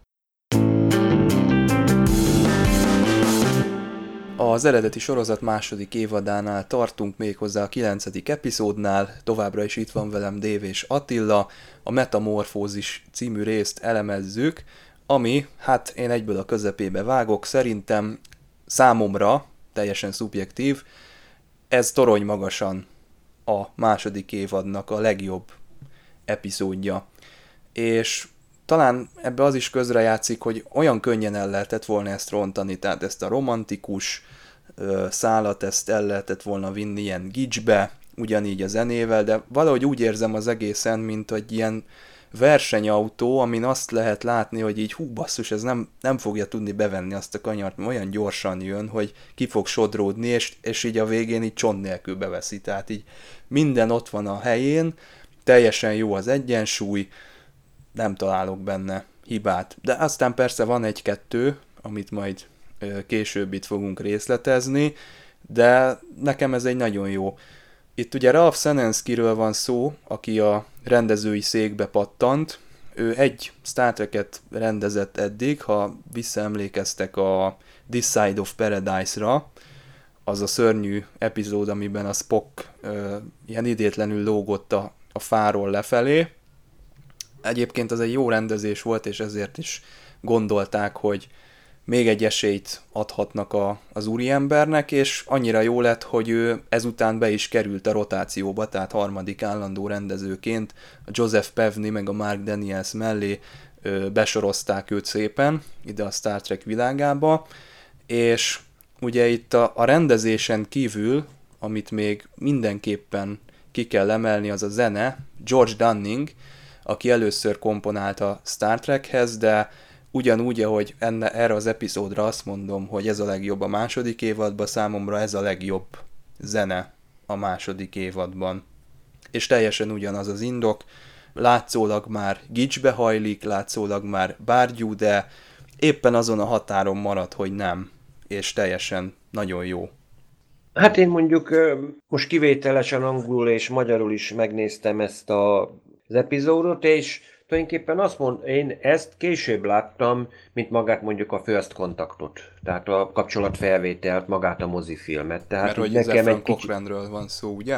Az eredeti sorozat második évadánál tartunk, méghozzá a 9. epizódnál, továbbra is itt van velem Dév és Attila, a Metamorfózis című részt elemezzük, ami, hát én egyből a közepébe vágok, szerintem számomra, teljesen szubjektív, ez torony magasan a második évadnak a legjobb epizódja. És talán ebbe az is közrejátszik, hogy olyan könnyen el lehetett volna ezt rontani, tehát ezt a romantikus szálat, ezt el lehetett volna vinni ilyen gicsbe, ugyanígy a zenével, de valahogy úgy érzem az egészen, mint egy ilyen versenyautó, amin azt lehet látni, hogy így hú basszus, ez nem fogja tudni bevenni azt a kanyart, mert olyan gyorsan jön, hogy ki fog sodródni, és így a végén így csont nélkül beveszi. Tehát így minden ott van a helyén, teljesen jó az egyensúly, nem találok benne hibát. De aztán persze van egy-kettő, amit majd később itt fogunk részletezni, de nekem ez egy nagyon jó. Itt ugye Ralph Senenskyről van szó, aki a rendezői székbe pattant. Ő egy Star Trek-et rendezett eddig, ha visszaemlékeztek a This Side of Paradise-ra, az a szörnyű epizód, amiben a Spock ilyen idétlenül lógott a fáról lefelé. Egyébként az egy jó rendezés volt, és ezért is gondolták, hogy még egy esélyt adhatnak az úriembernek, és annyira jó lett, hogy ő ezután be is került a rotációba, tehát harmadik állandó rendezőként a Joseph Pevney meg a Mark Daniels mellé besorozták őt szépen ide a Star Trek világába, és ugye itt a rendezésen kívül, amit még mindenképpen ki kell emelni, az a zene, George Dunning, aki először komponált a Star Trekhez, de ugyanúgy, ahogy erre az epizódra azt mondom, hogy ez a legjobb a második évadban, számomra ez a legjobb zene a második évadban. És teljesen ugyanaz az indok, látszólag már gicsbe hajlik, látszólag már bárgyú, de éppen azon a határon marad, hogy nem, és teljesen nagyon jó. Hát én mondjuk most kivételesen angolul és magyarul is megnéztem ezt az epizódot, és tulajdonképpen azt mondom, én ezt később láttam, mint magát mondjuk a First Contactot, tehát a kapcsolatfelvételt, magát a mozifilmet. Tehát mert hogy nekem Zefran Cochranről van szó, ugye?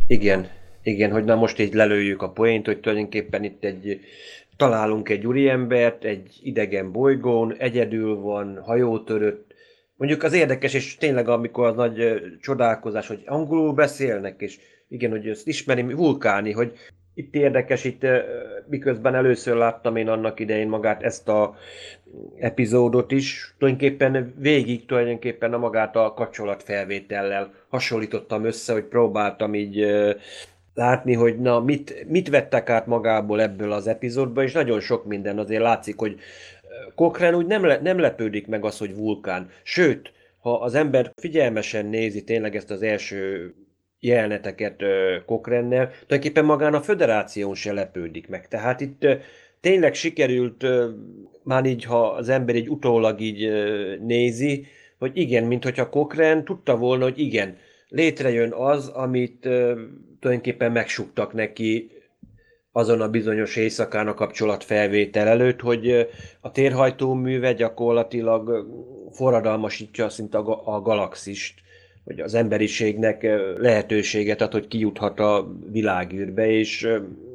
Igen, hogy na most így lelőjük a poént, hogy tulajdonképpen itt találunk egy úriembert, egy idegen bolygón, egyedül van, hajótörött. Mondjuk az érdekes, és tényleg amikor az nagy csodálkozás, hogy angolul beszélnek, és igen, hogy ezt ismeri, Vulkáni, hogy itt érdekes, itt miközben először láttam én annak idején magát ezt a epizódot is, tulajdonképpen a magát a kapcsolatfelvétellel hasonlítottam össze, hogy próbáltam így látni, hogy na mit vettek át magából ebből az epizódból, és nagyon sok minden azért látszik, hogy Cochrane úgy nem lepődik meg az, hogy vulkán. Sőt, ha az ember figyelmesen nézi tényleg ezt az első jeleneteket Cochrane-nel, tulajdonképpen magán a föderáción se lepődik meg. Tehát itt tényleg sikerült, már így, ha az ember így utólag így nézi, hogy igen, mint hogyha Cochrane tudta volna, hogy igen, létrejön az, amit tulajdonképpen megsúgtak neki azon a bizonyos éjszakán a kapcsolatfelvétel előtt, hogy a térhajtóműve gyakorlatilag forradalmasítja szinte a galaxist, hogy az emberiségnek lehetőséget ad, hogy kijuthat a világűrbe, és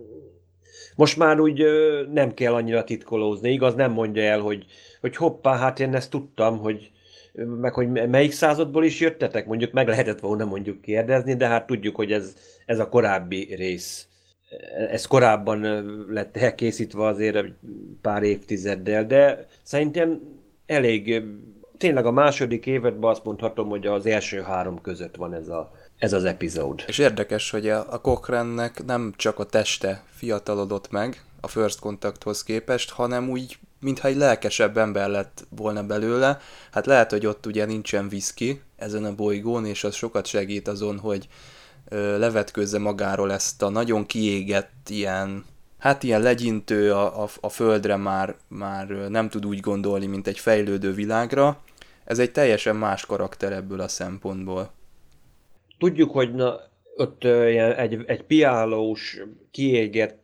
most már úgy nem kell annyira titkolózni, igaz, nem mondja el, hogy hoppá, hát én ezt tudtam, meg hogy melyik századból is jöttetek, mondjuk meg lehetett volna mondjuk kérdezni, de hát tudjuk, hogy ez a korábbi rész. Ez korábban lett elkészítve azért pár évtizeddel, de szerintem elég, tényleg a második évadban azt mondhatom, hogy az első 3 között van ez az epizód. És érdekes, hogy a Cochrane-nek nem csak a teste fiatalodott meg a First Contacthoz képest, hanem úgy, mintha egy lelkesebb ember lett volna belőle. Hát lehet, hogy ott ugye nincsen viszki ezen a bolygón, és az sokat segít azon, hogy levetkőzze magáról ezt a nagyon kiégett ilyen legyintő, a földre már nem tud úgy gondolni, mint egy fejlődő világra. Ez egy teljesen más karakter ebből a szempontból. Tudjuk, hogy ott egy piálós, kiégett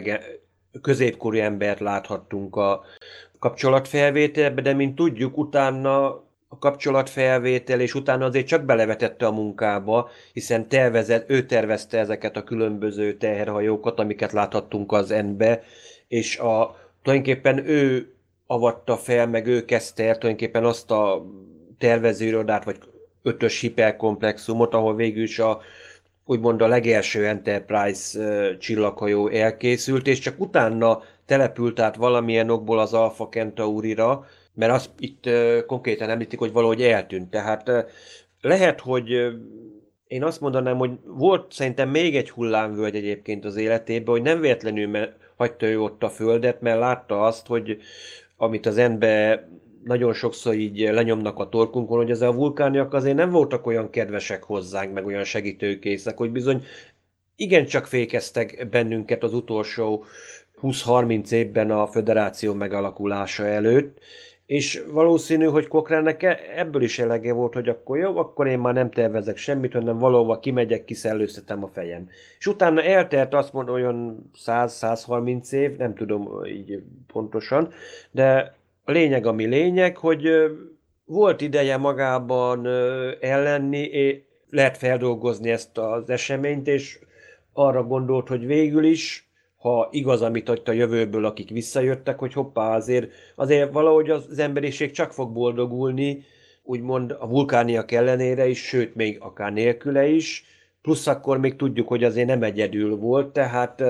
középkorú embert láthattunk a kapcsolatfelvételbe, de mint tudjuk, utána a kapcsolatfelvétel, és utána azért csak belevetette a munkába, hiszen ő tervezte ezeket a különböző teherhajókat, amiket láthattunk az N-be, és tulajdonképpen ő avatta fel, meg ő kezdte el tulajdonképpen azt a tervezőirodát, vagy 5-ös hiperkomplexumot, ahol végül is úgymond a legelső Enterprise csillaghajó elkészült, és csak utána települt át valamilyen okból az Alpha Centaurira, mert azt itt konkrétan említik, hogy valahogy eltűnt. Tehát lehet, hogy én azt mondanám, hogy volt szerintem még egy hullámvölgy egyébként az életében, hogy nem véletlenül hagyta ő ott a Földet, mert látta azt, hogy amit az N-be nagyon sokszor így lenyomnak a torkunkon, hogy ez a vulkániak azért nem voltak olyan kedvesek hozzánk, meg olyan segítőkészek, hogy bizony igencsak fékeztek bennünket az utolsó 20-30 évben a föderáció megalakulása előtt, és valószínű, hogy Cochrane-nek ebből is elege volt, hogy akkor jó, akkor én már nem tervezek semmit, hanem valahova kimegyek, kiszellőztetem a fejem. És utána eltelt azt mondom, olyan 100-130 év, nem tudom így pontosan, de a lényeg, ami lényeg, hogy volt ideje magában ellenni, lehet feldolgozni ezt az eseményt, és arra gondolt, hogy végül is, ha igaz, amit ott a jövőből, akik visszajöttek, hogy hoppá, azért valahogy az emberiség csak fog boldogulni, úgymond a vulkániak ellenére is, sőt, még akár nélküle is, plusz akkor még tudjuk, hogy azért nem egyedül volt, tehát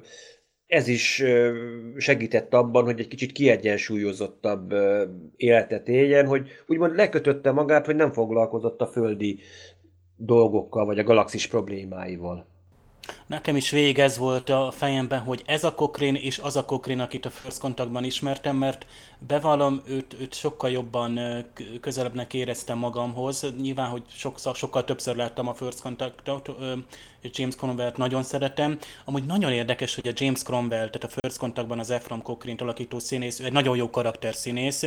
ez is segített abban, hogy egy kicsit kiegyensúlyozottabb életet éljen, hogy úgymond lekötötte magát, hogy nem foglalkozott a földi dolgokkal, vagy a galaxis problémáival. Nekem is végig ez volt a fejemben, hogy ez a Cochrane és az a Cochrane, akit a First Contactban ismertem, mert bevallom, őt sokkal jobban közelebbnek éreztem magamhoz. Nyilván, hogy sokkal többször láttam a First Contactot, James Cromwell-t nagyon szeretem. Amúgy nagyon érdekes, hogy a James Cromwell, tehát a First Contactban az Ephraim Cochrane-t alakító színész, egy nagyon jó karakterszínész.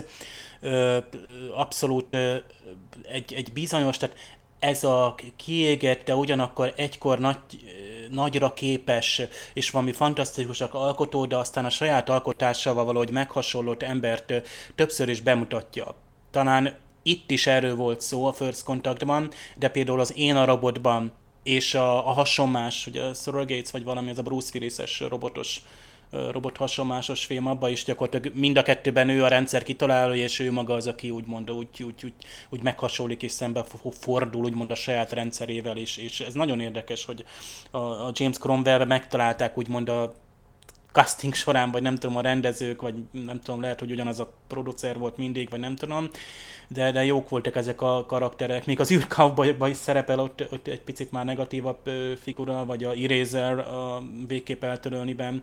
Abszolút egy bizonyos, tehát ez a kiégett, de ugyanakkor egykor nagyra képes, és valami fantasztikusak alkotó, de aztán a saját alkotásával valahogy meghasonlott embert többször is bemutatja. Talán itt is erről volt szó a First Contactban, de például az Én a robotban és a hasonmás, ugye a Surrogates, vagy valami, ez a Bruce Willis-es robot hasonmásos film, abban is gyakorlatilag mind a kettőben ő a rendszer kitalálója, és ő maga az, aki úgymond úgy meghasonlik és szembe fordul úgymond a saját rendszerével is, és ez nagyon érdekes, hogy a James Cromwell-be megtalálták úgymond a casting során, vagy nem tudom, a rendezők, vagy nem tudom, lehet, hogy ugyanaz a producer volt mindig, vagy nem tudom, de jók voltak ezek a karakterek. Még az űrcowboyban is szerepel ott egy picit már negatívabb figura, vagy a Eraser a Végképp eltörölniben.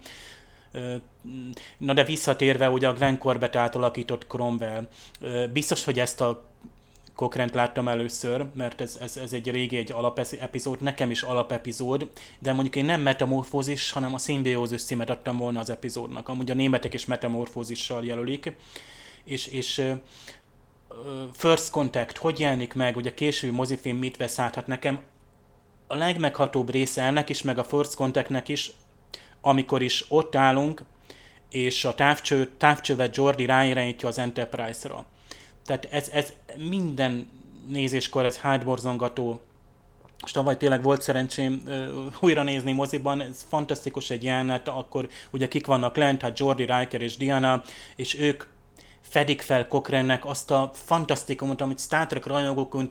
Na de visszatérve ugye a Glenn Corbett átalakított Cromwell, biztos, hogy ezt a Cochrane-t láttam először, mert ez egy régi, egy alapepizód, nekem is alapepizód, de mondjuk én nem metamorfózis, hanem a szimbiózis címet adtam volna az epizódnak. Amúgy a németek is metamorfózissal jelölik. És First Contact, hogy jelenik meg, hogy a késői mozifilm mit vesz át, hát nekem a legmeghatóbb része ennek is, meg a First Contactnek is, amikor is ott állunk, és a távcsövet Geordi ráirányítja az Enterprise-ra. Tehát ez minden nézéskor ez hátborzongató. És tavaly tényleg volt szerencsém újra nézni moziban, ez fantasztikus egy jelenet, akkor ugye kik vannak lent, hát Geordi, Riker és Diana, és ők fedik fel Cochrane-nek azt a fantasztikumot, amit Star Trek rajongóként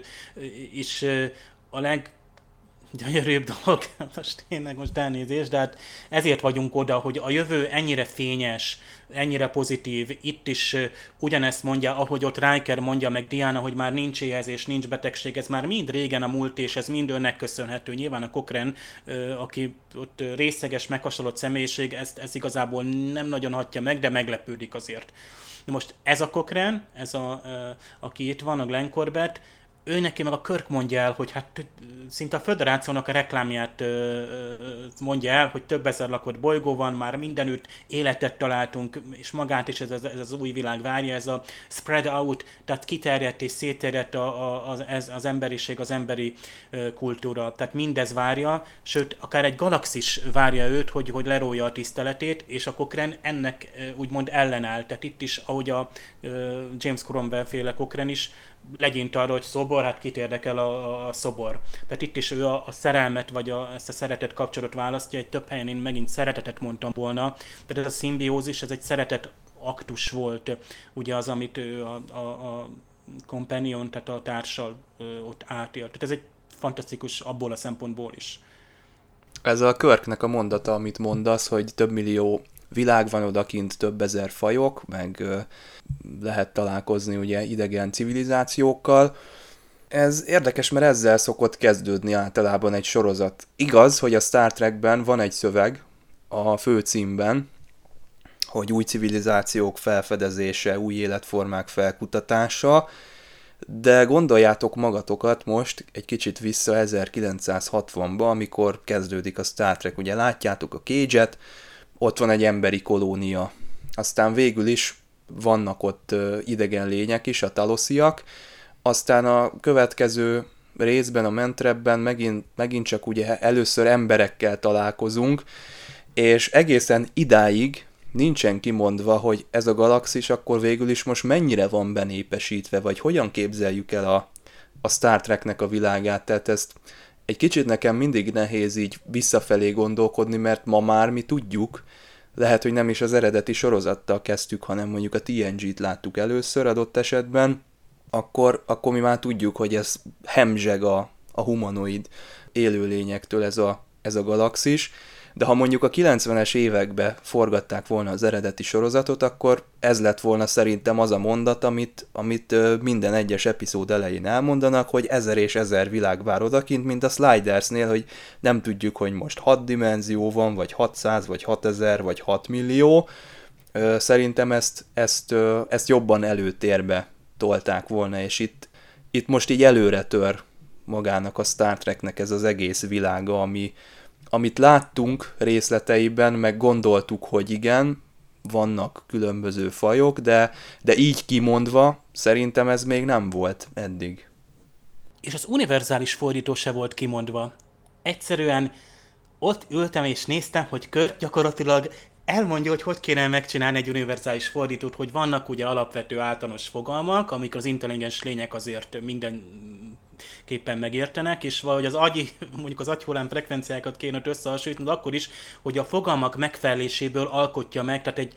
is a leggyönyörűbb dolog, most tényleg most elnézést, de hát ezért vagyunk oda, hogy a jövő ennyire fényes, ennyire pozitív, itt is ugyanezt mondja, ahogy ott Riker mondja meg Diana, hogy már nincs éhezés, nincs betegség, ez már mind régen a múlt, és ez mind önnek köszönhető. Nyilván a Cochrane, aki ott részeges, meghasonlott személyiség, ezt igazából nem nagyon hatja meg, de meglepődik azért. Most ez a Cochrane, aki itt van, a Glenn Corbett, ő neki meg a Kirk mondja el, hogy hát szinte a Föderációnak a reklámját mondja el, hogy több ezer lakott bolygó van, már mindenütt életet találtunk, és magát is ez az új világ várja, ez a spread out, tehát kiterjedt és szétterjedt az emberiség, az emberi kultúra. Tehát mindez várja, sőt, akár egy galaxis várja őt, hogy lerólja a tiszteletét, és a Cochrane ennek úgymond ellenáll. Tehát itt is, ahogy a James Cromwell-féle Cochrane is legyint arra, hogy szobor, hát kit érdekel a szobor. Tehát itt is ő a szerelmet, vagy ezt a szeretet kapcsolatot választja, egy több helyen én megint szeretetet mondtam volna. Tehát ez a szimbiózis, ez egy szeretet aktus volt, ugye az, amit ő a companion, tehát a társal ott átélt. Tehát ez egy fantasztikus abból a szempontból is. Ez a Kirknek a mondata, amit mondasz, hogy több millió világ van odakint, több ezer fajok, meg lehet találkozni ugye idegen civilizációkkal. Ez érdekes, mert ezzel szokott kezdődni általában egy sorozat. Igaz, hogy a Star Trekben van egy szöveg a főcímben, hogy új civilizációk felfedezése, új életformák felkutatása, de gondoljátok magatokat most egy kicsit vissza 1960-ba, amikor kezdődik a Star Trek. Ugye látjátok a Cage-et, ott van egy emberi kolónia. Aztán végül is vannak ott idegen lények is, a talosziak. Aztán a következő részben, a Mentrepben megint csak ugye először emberekkel találkozunk, és egészen idáig nincsen kimondva, hogy ez a galaxis akkor végül is most mennyire van benépesítve, vagy hogyan képzeljük el a Star Treknek a világát. Tehát ezt egy kicsit nekem mindig nehéz így visszafelé gondolkodni, mert ma már mi tudjuk, lehet, hogy nem is az eredeti sorozattal kezdtük, hanem mondjuk a TNG-t láttuk először adott esetben, akkor mi már tudjuk, hogy ez hemzseg a humanoid élőlényektől ez a galaxis, de ha mondjuk a 90-es években forgatták volna az eredeti sorozatot, akkor ez lett volna szerintem az a mondat, amit minden egyes epizód elején elmondanak, hogy 1000 és 1000 világ vár odakint, mint a Slidersnél, hogy nem tudjuk, hogy most 6 dimenzió van, vagy 600, vagy 6000, vagy 6 millió. Szerintem ezt jobban előtérbe tolták volna, és itt most így előre tör magának a Star Treknek ez az egész világa, amit láttunk részleteiben, meg gondoltuk, hogy igen, vannak különböző fajok, de így kimondva szerintem ez még nem volt eddig. És az univerzális fordító se volt kimondva. Egyszerűen ott ültem és néztem, hogy Kirk gyakorlatilag elmondja, hogy kéne megcsinálni egy univerzális fordítót, hogy vannak ugye alapvető általános fogalmak, amik az intelligens lények azért mindenképpen megértenek, és valahogy mondjuk az agyhullám frekvenciákat kéne összehasonlítani, akkor is, hogy a fogalmak megfeleléséből alkotja meg, tehát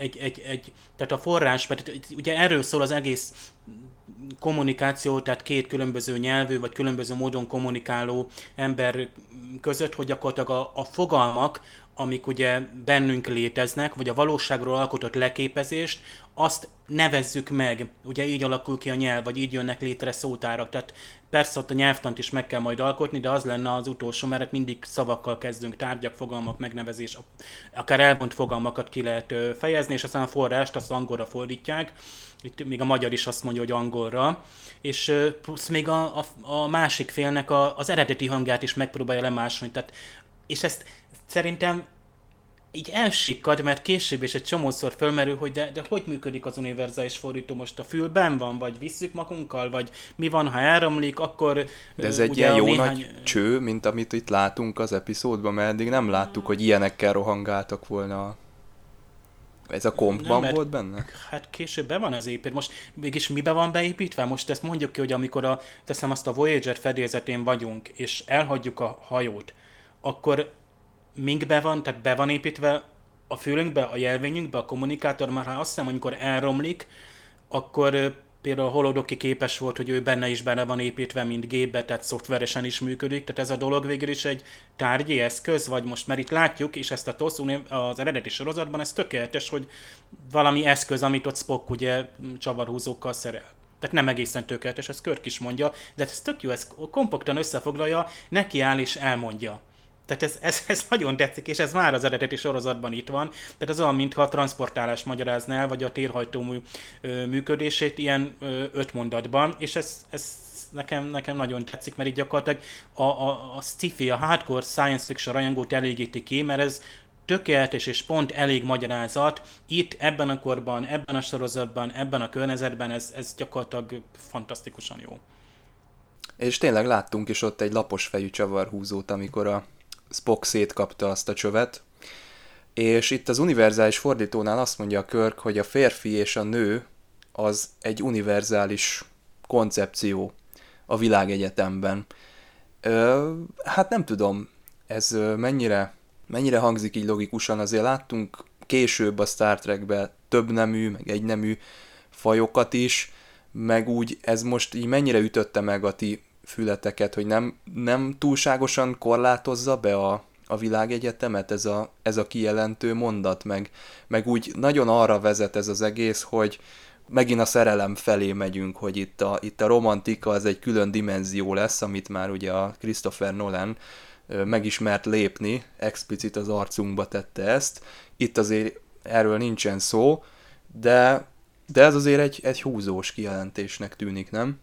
tehát a forrás, mert ugye erről szól az egész kommunikáció, tehát két különböző nyelvű, vagy különböző módon kommunikáló ember között, hogy gyakorlatilag a fogalmak, amik ugye bennünk léteznek, vagy a valóságról alkotott leképezést, azt nevezzük meg. Ugye így alakul ki a nyelv, vagy így jönnek létre szótárak. Tehát persze ott a nyelvtant is meg kell majd alkotni, de az lenne az utolsó, mert mindig szavakkal kezdünk, tárgyak, fogalmak, megnevezés, akár elvont fogalmakat ki lehet fejezni, és aztán a forrást azt angolra fordítják. Itt még a magyar is azt mondja, hogy angolra. És plusz még a másik félnek az eredeti hangját is megpróbálja lemásolni. Tehát, és ezt szerintem így elsikkad, mert később is egy csomószor fölmerül, hogy de hogy működik az univerzális fordító, most a fülben van, vagy visszük magunkkal, vagy mi van, ha elromlik, akkor... De ez egy ilyen jó nagy cső, mint amit itt látunk az epizódban, mert eddig nem láttuk, hogy ilyenekkel rohangáltak volna. Ez a kompban volt benne? Hát később be van az épít. Most mégis mibe van beépítve? Most ezt mondjuk ki, hogy amikor teszem azt a Voyager fedélzetén vagyunk, és elhagyjuk a hajót, akkor minkbe van, tehát be van építve a fülünkbe, a jelvényünkbe, a kommunikátor, már azt hiszem, amikor elromlik, akkor például a Holodoki képes volt, hogy ő benne is bele van építve, mint gépbe, tehát szoftveresen is működik, tehát ez a dolog végül is egy tárgyi eszköz, vagy most, mert itt látjuk, és ezt a TOS az eredeti sorozatban, ez tökéletes, hogy valami eszköz, amit ott Spock ugye csavarhúzókkal szerel. Tehát nem egészen tökéletes, ezt Kirk is mondja, de ez tök jó, ez kompaktan összefoglalja, nekiáll és elmondja. Tehát ez nagyon tetszik, és ez már az eredeti sorozatban itt van. Tehát ez olyan, mintha a transportálást magyarázná el, vagy a térhajtó működését ilyen 5 mondatban, és ez nekem nagyon tetszik, mert így gyakorlatilag a sci-fi, a hardcore science fiction rajongót elégíti ki, mert ez tökéletes és pont elég magyarázat. Itt, ebben a korban, ebben a sorozatban, ebben a környezetben ez gyakorlatilag fantasztikusan jó. És tényleg láttunk is ott egy lapos fejű csavarhúzót, amikor a Spock szétkapta azt a csövet, és itt az univerzális fordítónál azt mondja a Kirk, hogy a férfi és a nő az egy univerzális koncepció a világegyetemben. Hát nem tudom, ez mennyire hangzik így logikusan, azért láttunk később a Star Trekben több nemű, meg egynemű fajokat is, meg úgy ez most így mennyire ütötte meg a ti fületeket, hogy nem túlságosan korlátozza be a világegyetemet ez a kijelentő mondat, meg úgy nagyon arra vezet ez az egész, hogy megint a szerelem felé megyünk, hogy itt a romantika az egy külön dimenzió lesz, amit már ugye a Christopher Nolan megismert lépni, explicit az arcunkba tette ezt. Itt azért erről nincsen szó, de ez azért egy húzós kijelentésnek tűnik, nem?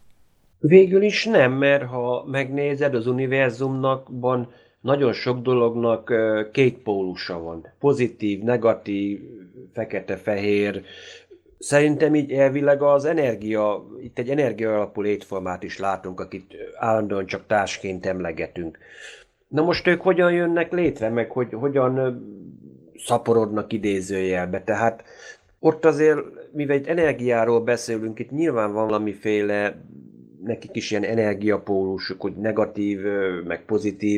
Végül is nem, mert ha megnézed, az univerzumnakban nagyon sok dolognak két pólusa van. Pozitív, negatív, fekete-fehér. Szerintem így elvileg az energia, itt egy energia alapú létformát is látunk, akit állandóan csak társként emlegetünk. Na most ők hogyan jönnek létre, meg hogyan szaporodnak idézőjelbe. Tehát ott azért, mivel egy energiáról beszélünk, itt nyilván van valamiféle nekik is ilyen energiapólusuk, hogy negatív, meg pozitív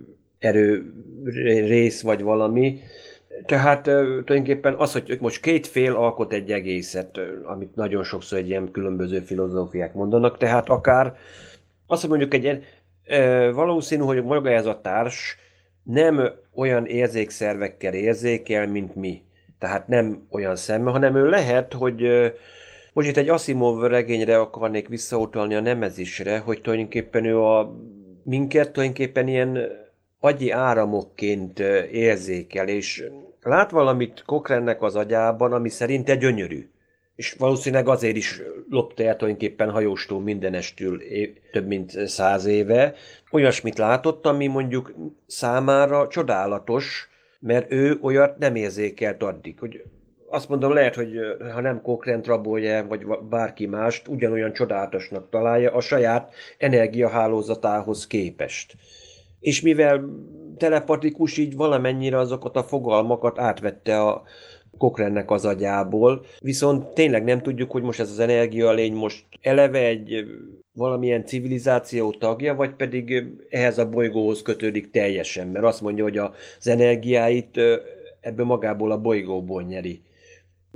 erő rész vagy valami. Tehát tulajdonképpen az, hogy ők most két fél alkot egy egészet, amit nagyon sokszor egy ilyen különböző filozófiák mondanak, tehát akár azt, hogy mondjuk valószínű, hogy maga ez a társ nem olyan érzékszervekkel érzékel, mint mi. Tehát nem olyan szemmel, hanem ő lehet, hogy most itt egy Asimov regényre akarnék visszautalni, a Nemezisre, hogy tulajdonképpen ő minket tulajdonképpen ilyen agyi áramokként érzékel, és lát valamit Cochrannek az agyában, ami szerinte gyönyörű. És valószínűleg azért is lopta el tulajdonképpen hajóstól mindenestül több mint 100 éve. Olyasmit látott, ami mondjuk számára csodálatos, mert ő olyat nem érzékelt addig. Hogy azt mondom, lehet, hogy ha nem Cochrane rabolja, vagy bárki mást, ugyanolyan csodálatosnak találja a saját energiahálózatához képest. És mivel telepatikus, így valamennyire azokat a fogalmakat átvette a Cochrannek az agyából, viszont tényleg nem tudjuk, hogy most ez az energialény most eleve egy valamilyen civilizáció tagja, vagy pedig ehhez a bolygóhoz kötődik teljesen, mert azt mondja, hogy az energiáit ebből magából a bolygóból nyeri.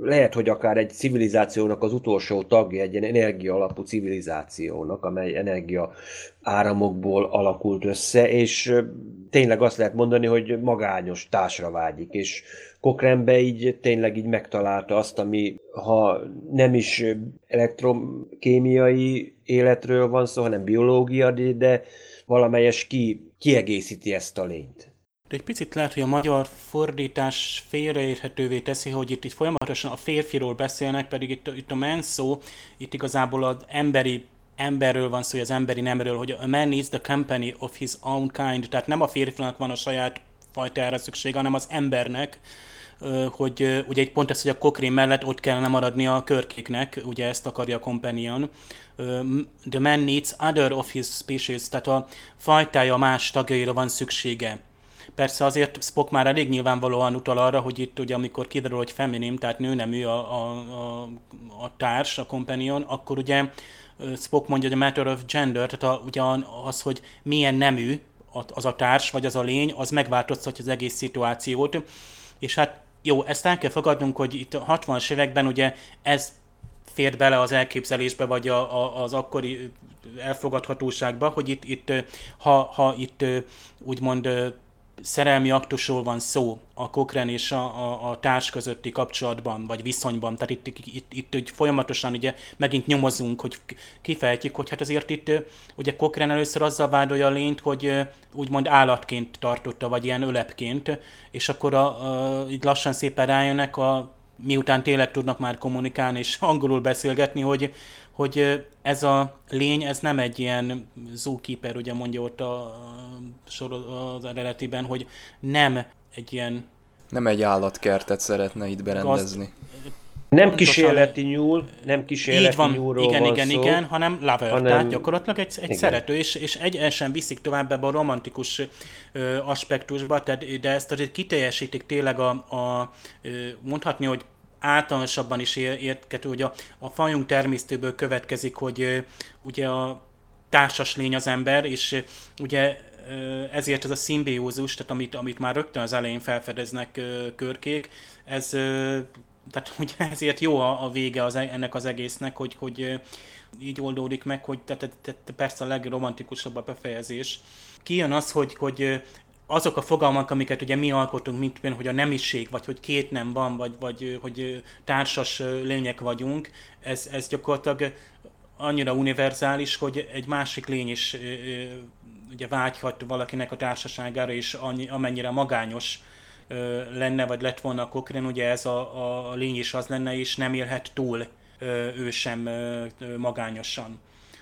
lehet, hogy akár egy civilizációnak az utolsó tagja, egy ilyen energia alapú civilizációnak, amely energia áramokból alakult össze, és tényleg azt lehet mondani, hogy magányos társra vágyik, és Cochrane'be így tényleg így megtalálta azt, ami ha nem is elektrokémiai életről van szó, hanem biológia, de valamelyes kiegészíti ezt a lényt. De egy picit lehet, hogy a magyar fordítás félreérthetővé teszi, hogy itt folyamatosan a férfiról beszélnek, pedig itt a man szó, itt igazából az emberről van szó, az emberi nemről, hogy a man is the company of his own kind, tehát nem a férfinak van a saját fajtára szükség, hanem az embernek, hogy ugye pont ez, hogy a Cochrane mellett ott kellene maradni a Körkéknek, ugye ezt akarja a Companion. The man needs other of his species, tehát a fajtája más tagjaira van szüksége. Persze azért Spock már elég nyilvánvalóan utal arra, hogy itt ugye amikor kiderül, hogy feminim, tehát nőnemű a társ, a Companion, akkor ugye Spock mondja, hogy a matter of gender, tehát ugye az, hogy milyen nemű az a társ, vagy az a lény, az megváltoztatja az egész szituációt. És hát jó, ezt el kell fogadnunk, hogy itt a 60-as években ugye ez fért bele az elképzelésbe, vagy az akkori elfogadhatóságba, hogy ha itt úgymond szerelmi aktusról van szó a Cochrane és a társ közötti kapcsolatban, vagy viszonyban. Tehát itt folyamatosan ugye megint nyomozunk, hogy kifejtjük, hogy hát azért itt ugye Cochrane először azzal vádolja a lényt, hogy úgymond állatként tartotta, vagy ilyen ölepként, és akkor így lassan szépen rájönnek, miután tényleg tudnak már kommunikálni és angolul beszélgetni, hogy ez a lény, ez nem egy ilyen zookeeper, ugye mondja ott az eredetiben, hogy nem egy ilyen... Nem egy állatkertet szeretne itt berendezni. Nem kísérleti nyúl, nem kísérleti nyúlról van szó. Igen, hanem lover, tehát gyakorlatilag egy szerető, és egyesen viszik tovább ebbe a romantikus aspektusba, de ezt azért kiteljesítik tényleg mondhatni, hogy általánosabban is érthető, hogy a fajunk természetéből következik, hogy ugye a társas lény az ember, és ugye ezért ez a szimbiózus, tehát amit már rögtön az elején felfedeznek Körkék, tehát ugye ezért jó a vége ennek az egésznek, hogy így oldódik meg, hogy tehát persze a legromantikusabb a befejezés. Kijön az, hogy azok a fogalmak, amiket ugye mi alkotunk, mint például, hogy a nemiség, vagy hogy két nem van, vagy hogy társas lények vagyunk, ez gyakorlatilag annyira univerzális, hogy egy másik lény is ugye vágyhat valakinek a társaságára, és amennyire magányos lenne, vagy lett volna a Cochrane, ugye ez a lény is az lenne, és nem élhet túl ő sem magányosan.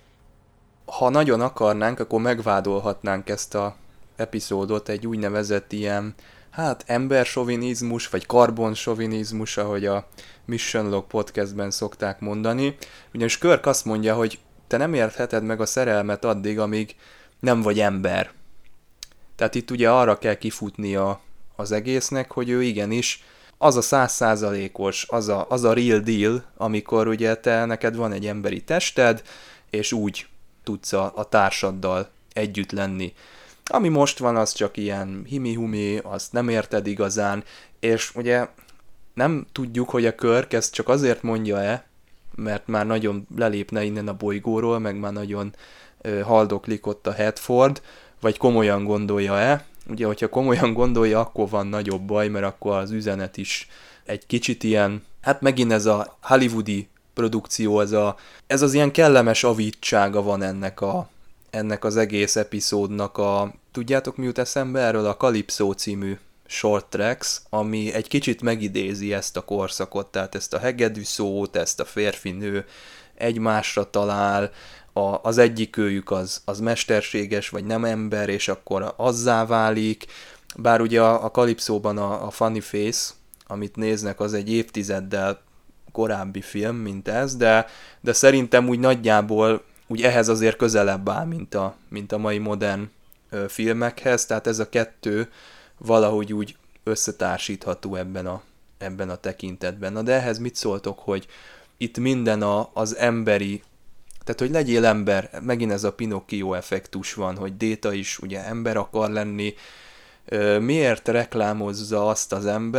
Ha nagyon akarnánk, akkor megvádolhatnánk ezt a epizódot egy úgynevezett ilyen, embersovinizmus, vagy karbonsovinizmus, ahogy a Mission Log podcastben szokták mondani. Ugyanis Kirk azt mondja, hogy te nem értheted meg a szerelmet addig, amíg nem vagy ember. Tehát itt ugye arra kell kifutnia az egésznek, hogy ő igenis az a 100%-os, az a real deal, amikor ugye neked van egy emberi tested, és úgy tudsz a társaddal együtt lenni. Ami most van, az csak ilyen himi-humi, azt nem érted igazán, és ugye nem tudjuk, hogy a Kirk ezt csak azért mondja-e, mert már nagyon lelépne innen a bolygóról, meg már nagyon haldoklik ott a Hatford, vagy komolyan gondolja-e. Ugye, hogyha komolyan gondolja, akkor van nagyobb baj, mert akkor az üzenet is egy kicsit ilyen, hát megint ez a hollywoodi produkció, ez az ilyen kellemes avítsága van ennek az egész epizódnak tudjátok mi jut eszembe erről? A Calypso című short tracks, ami egy kicsit megidézi ezt a korszakot, tehát ezt a hegedű szót, ezt a férfi-nő egymásra talál, az egyikőjük az mesterséges, vagy nem ember, és akkor azzá válik, bár ugye a Calypsóban a Funny Face, amit néznek, az egy évtizeddel korábbi film, mint ez, de szerintem úgy nagyjából úgy ehhez azért közelebb áll, mint a mai modern filmekhez, tehát ez a kettő valahogy úgy összetársítható ebben a tekintetben. Na de ehhez mit szóltok, hogy itt minden az emberi, tehát hogy legyél ember, megint ez a Pinocchio effektus van, hogy Déta is ugye ember akar lenni, miért reklámozza azt az ember,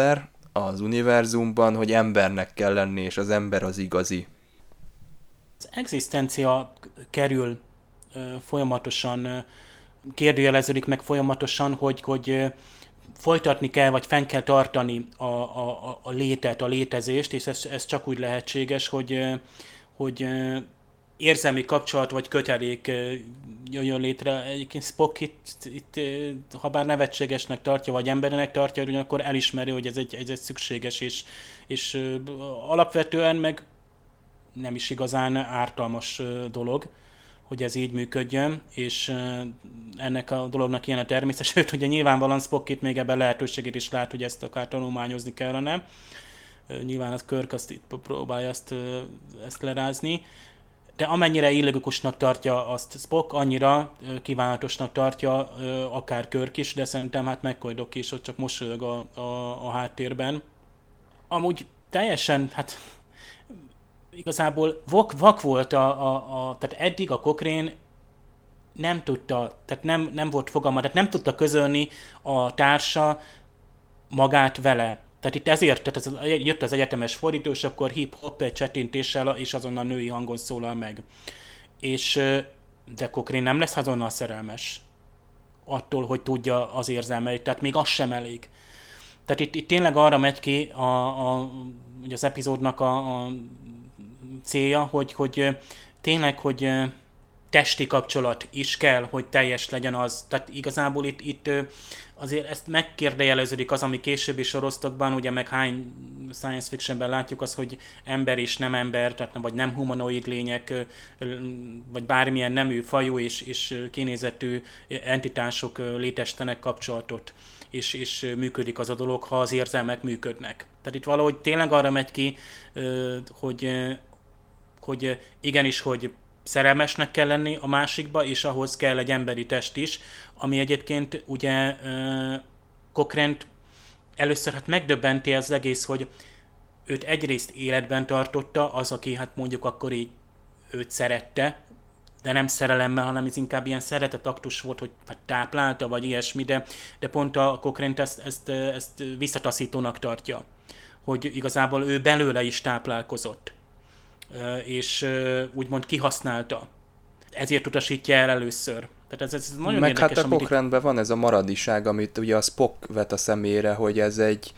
az univerzumban, hogy embernek kell lenni, és az ember az igazi. Az egzisztencia kerül folyamatosan, kérdőjeleződik meg folyamatosan, hogy folytatni kell, vagy fenn kell tartani a létet, a létezést, és ez csak úgy lehetséges, hogy érzelmi kapcsolat vagy kötelék jöjjön létre. Egyébként Spock itt ha bár nevetségesnek tartja, vagy embernek tartja, ugyanakkor elismeri, hogy ez egy szükséges, és alapvetően meg nem is igazán ártalmas dolog, hogy ez így működjön, és ennek a dolognak ilyen a természet, sőt, ugye nyilvánvalóan Spock itt még ebben lehetőségét is lát, hogy ezt akár tanulmányozni kellene. Nyilván az Kirk azt itt próbálja ezt lerázni, de amennyire illogikusnak tartja azt Spock, annyira kívánatosnak tartja akár Kirk is, de szerintem hát McCoy is ott csak mosolyog a háttérben. Amúgy teljesen, hát igazából vak volt tehát eddig a Cochrane nem tudta, tehát nem volt fogalma, tehát nem tudta közölni a társa magát vele. Tehát itt ezért, tehát jött az egyetemes fordító, és akkor hip-hop egy csettintéssel, és azonnal női hangon szólal meg. De Cochrane nem lesz azonnal szerelmes attól, hogy tudja az érzelmeit, tehát még az sem elég. Tehát itt tényleg arra megy ki ugye az epizódnak a célja, hogy tényleg, hogy testi kapcsolat is kell, hogy teljes legyen az. Tehát igazából itt azért ezt megkérdőjeleződik az, ami későbbi sorozatokban, ugye meg hány science fictionben látjuk az, hogy ember és nem ember, tehát vagy nem humanoid lények, vagy bármilyen nemű, fajú és kinézetű entitások létesítenek kapcsolatot, és működik az a dolog, ha az érzelmek működnek. Tehát itt valahogy tényleg arra megy ki, hogy igenis, hogy szerelmesnek kell lenni a másikba, és ahhoz kell egy emberi test is, ami egyébként ugye Cochrane-t először hát megdöbbenti az egész, hogy őt egyrészt életben tartotta az, aki hát mondjuk akkor így őt szerette, de nem szerelemmel, hanem ez inkább ilyen szeretetaktus volt, hogy hát táplálta, vagy ilyesmi, de pont a Cochrane-t ezt visszataszítónak tartja, hogy igazából ő belőle is táplálkozott, és úgymond kihasználta. Ezért utasítja el először. Tehát ez nagyon meg érdekes. Hát a Cochrane-ben van ez a maradiság, amit ugye a Spock vet a szemére, hogy ez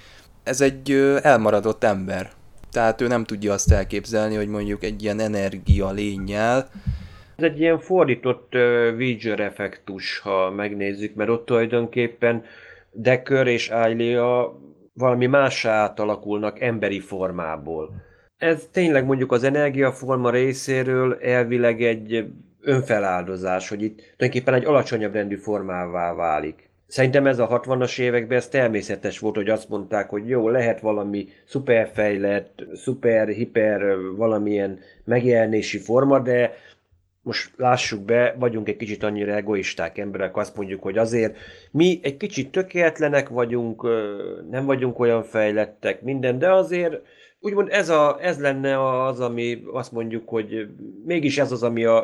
egy elmaradott ember. Tehát ő nem tudja azt elképzelni, hogy mondjuk egy ilyen energia lénnyel. Ez egy ilyen fordított Voyager effektus, ha megnézzük, mert ott tulajdonképpen Decker és Ilia valami mássá átalakulnak emberi formából. Ez tényleg mondjuk az energiaforma részéről elvileg egy önfeláldozás, hogy itt tulajdonképpen egy alacsonyabb rendű formává válik. Szerintem ez a 60-as években ez természetes volt, hogy azt mondták, hogy jó, lehet valami szuperfejlett, szuper-hiper valamilyen megjelenési forma, de most lássuk be, vagyunk egy kicsit annyira egoisták emberek, azt mondjuk, hogy azért mi egy kicsit tökéletlenek vagyunk, nem vagyunk olyan fejlettek, minden, de azért úgymond ez lenne az, ami azt mondjuk, hogy mégis ez az, ami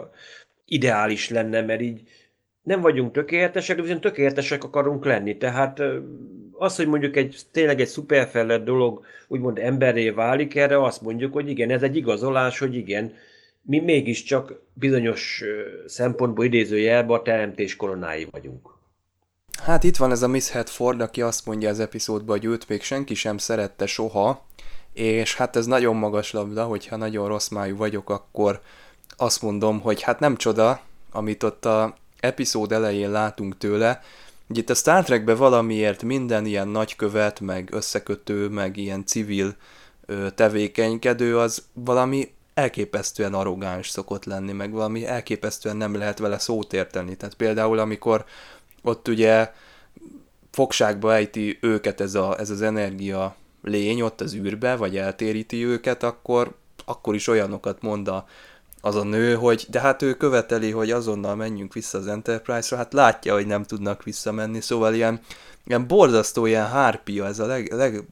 ideális lenne, mert így nem vagyunk tökéletesek, de viszont tökéletesek akarunk lenni. Tehát az, hogy mondjuk tényleg egy szuperfejlett dolog úgymond emberré válik, erre azt mondjuk, hogy igen, ez egy igazolás, hogy igen, mi mégiscsak bizonyos szempontból idézőjelben a teremtés koronái vagyunk. Hát itt van ez a Miss Hedford, aki azt mondja az epizódban, hogy őt még senki sem szerette soha, és hát ez nagyon magas labda, hogyha nagyon rossz májú vagyok, akkor azt mondom, hogy hát nem csoda, amit ott a epizód elején látunk tőle. Ugye itt a Star Trekben valamiért minden ilyen nagykövet, meg összekötő, meg ilyen civil tevékenykedő, az valami elképesztően arrogáns szokott lenni, meg valami elképesztően nem lehet vele szót érteni. Tehát például amikor ott ugye fogságba ejti őket ez az energia lény ott az űrbe, vagy eltéríti őket, akkor is olyanokat mond az a nő, hogy de hát ő követeli, hogy azonnal menjünk vissza az Enterprise-ra, hát látja, hogy nem tudnak visszamenni, szóval ilyen borzasztó, ilyen hárpia ez a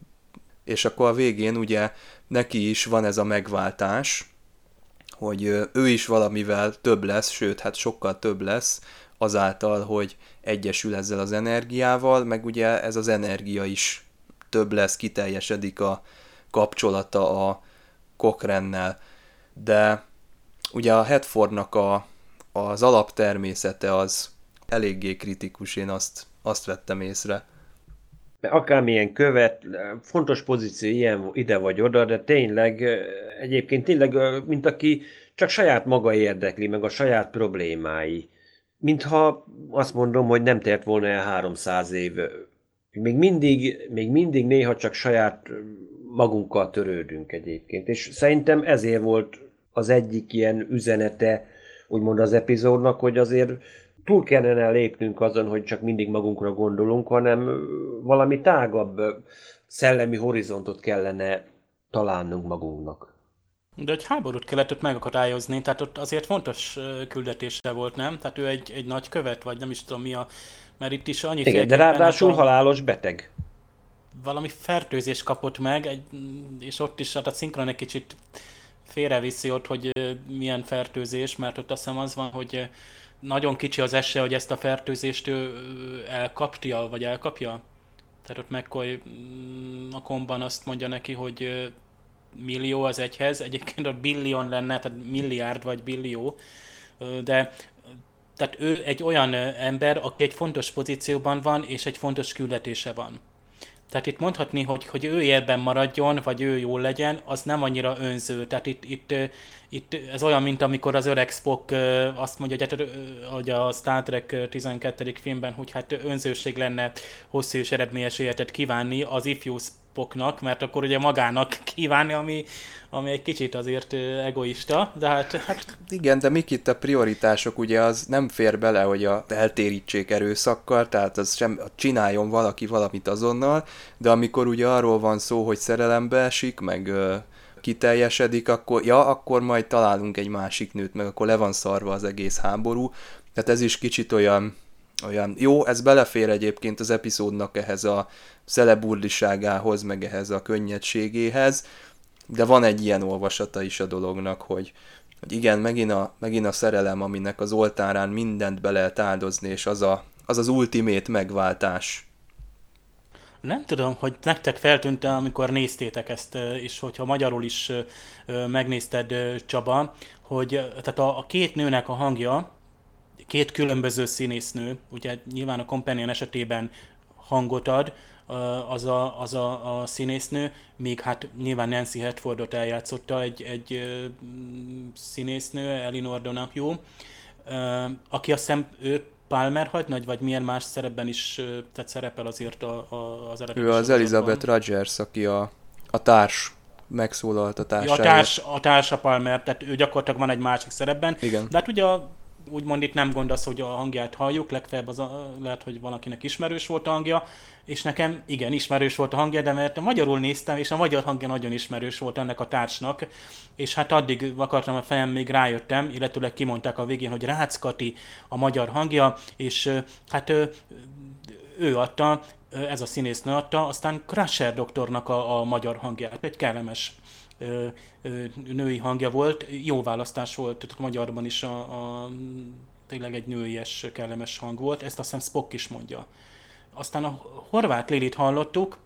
és akkor a végén ugye neki is van ez a megváltás, hogy ő is valamivel több lesz, sőt, hát sokkal több lesz azáltal, hogy egyesül ezzel az energiával, meg ugye ez az energia is több lesz, kiteljesedik a kapcsolata a Cochrane-nel. De ugye a Hatfordnak az alaptermészete az eléggé kritikus, én azt vettem észre. Akármilyen követ, fontos pozíció ilyen ide vagy oda, de tényleg, egyébként tényleg, mint aki csak saját maga érdekli, meg a saját problémái. Mintha azt mondom, hogy nem telt volna el 300 év. Még mindig néha csak saját magunkkal törődünk egyébként. És szerintem ezért volt az egyik ilyen üzenete, úgymond az epizódnak, hogy azért túl kellene lépnünk azon, hogy csak mindig magunkra gondolunk, hanem valami tágabb szellemi horizontot kellene találnunk magunknak. De egy háborút kellett ott megakadályozni, tehát ott azért fontos küldetése volt, nem? Tehát ő egy nagy követ, vagy nem is tudom mi a... Mert itt is annyi igen, de ráadásul halálos beteg. Valami fertőzést kapott meg, és ott is hát a szinkron egy kicsit félreviszi ott, hogy milyen fertőzés, mert ott azt hiszem az van, hogy nagyon kicsi az esély, hogy ezt a fertőzést ő elkapja. Tehát ott McCoy a komban azt mondja neki, hogy millió az egyhez, egyébként ott billion lenne, tehát milliárd vagy billió, de tehát ő egy olyan ember, aki egy fontos pozícióban van, és egy fontos küldetése van. Tehát itt mondhatni, hogy ő érben maradjon, vagy ő jól legyen, az nem annyira önző. Tehát itt ez olyan, mint amikor az öreg Spock azt mondja, hogy a Star Trek 12. filmben, hogy hát önzőség lenne hosszú és eredményes életet kívánni az ifjú Spocknak, mert akkor ugye magának kívánni, ami egy kicsit azért egoista, de hát... Igen, de mik itt a prioritások, ugye az nem fér bele, hogy eltérítsék erőszakkal, tehát az sem csináljon valaki valamit azonnal, de amikor ugye arról van szó, hogy szerelembe esik, meg kiteljesedik, akkor majd találunk egy másik nőt, meg akkor le van szarva az egész háború. Tehát ez is kicsit olyan jó, ez belefér egyébként az epizódnak ehhez a szeleburliságához, meg ehhez a könnyedségéhez, de van egy ilyen olvasata is a dolognak, hogy igen, megint a szerelem, aminek az oltárán mindent be lehet áldozni, és az az ultimate megváltás. Nem tudom, hogy nektek feltűnt, amikor néztétek ezt, és hogyha magyarul is megnézted, Csaba, hogy tehát a két nőnek a hangja, két különböző színésznő, ugye nyilván a Companion esetében hangot ad, az a színésznő, még hát nyilván Nancy Hatfordot eljátszotta egy színésznő, Elinor Donahue, aki azt hiszem ő Palmer hadnagy, vagy milyen más szerepben is tehát szerepel azért az eredeti. Ő az Elizabeth Rogers, aki a társ megszólalt a társáért. Ja, a társa Palmer, tehát ő gyakorlatilag van egy másik szerepben. Igen. De hát ugye úgymond itt nem gond az, hogy a hangját halljuk, legfeljebb lehet, hogy valakinek ismerős volt a hangja, és nekem igen, ismerős volt a hangja, de mert magyarul néztem, és a magyar hangja nagyon ismerős volt ennek a társnak, és hát addig akartam a fejem, még rájöttem, illetőleg kimondták a végén, hogy Rácz Kati a magyar hangja, és hát ő adta, ez a színésznő adta, aztán Crusher doktornak a magyar hangját, egy kellemes női hangja volt, jó választás volt, tehát a magyarban is tényleg egy nőies, kellemes hang volt, ezt azt hiszem Spock is mondja. Aztán a Horváth Lilit hallottuk,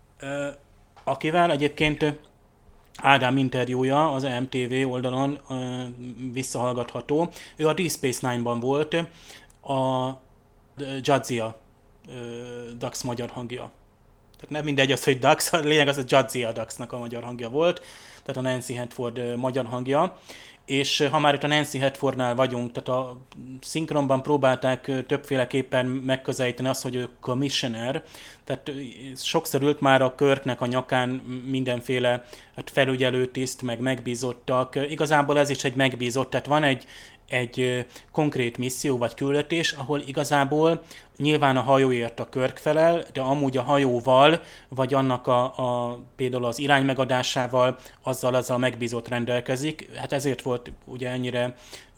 akivel egyébként Ádám interjúja az MTV oldalon visszahallgatható. Ő a Deep Space Nine-ban volt a Jadzia Dax magyar hangja. Tehát nem mindegy az, hogy Dax, a lényeg az, hogy Jadzia Daxnak a magyar hangja volt, tehát a Nancy Hatford magyar hangja. És ha már itt a Nancy Hatfordnál vagyunk, tehát a szinkronban próbálták többféleképpen megközelíteni azt, hogy ő commissioner, tehát sokszor ült már a Kirknek a nyakán mindenféle felügyelőtiszt, meg megbízottak. Igazából ez is egy megbízott, tehát van egy konkrét misszió vagy küldetés, ahol igazából nyilván a hajóért a Kirk felel, de amúgy a hajóval, vagy annak például az irány megadásával, azzal megbízott rendelkezik. Hát ezért volt ugye ennyire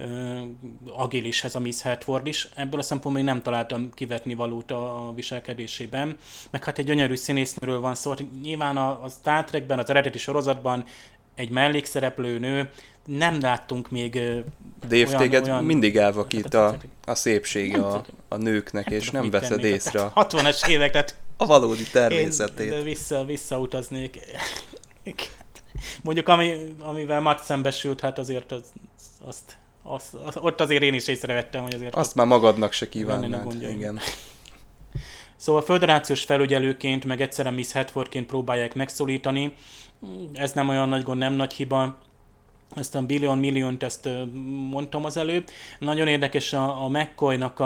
agilis ez a Miss Hatford is. Ebből a szempontból még nem találtam kivetni valót a viselkedésében. Meg hát egy gyönyörű színésznőről van szó. Nyilván a Star Trekben, az eredeti sorozatban egy mellékszereplő nő, nem láttunk még Dave, téged mindig elvakít a szépsége a nőknek, és nem veszed észre. 60-es évek, tehát A valódi Én természetét. visszautaznék. Mondjuk, amivel Matt szembesült, hát azért ott azért én is észrevettem, hogy azért... Azt már magadnak se Lennének kívánnád. gondjaim. Igen. Szóval föderációs felügyelőként, meg egyszerűen Miss Hatfordként próbálják megszólítani. Ez nem olyan nagy gond, nem nagy hiba. Ezt a milliónt ezt mondtam az előbb. Nagyon érdekes a McCoy-nak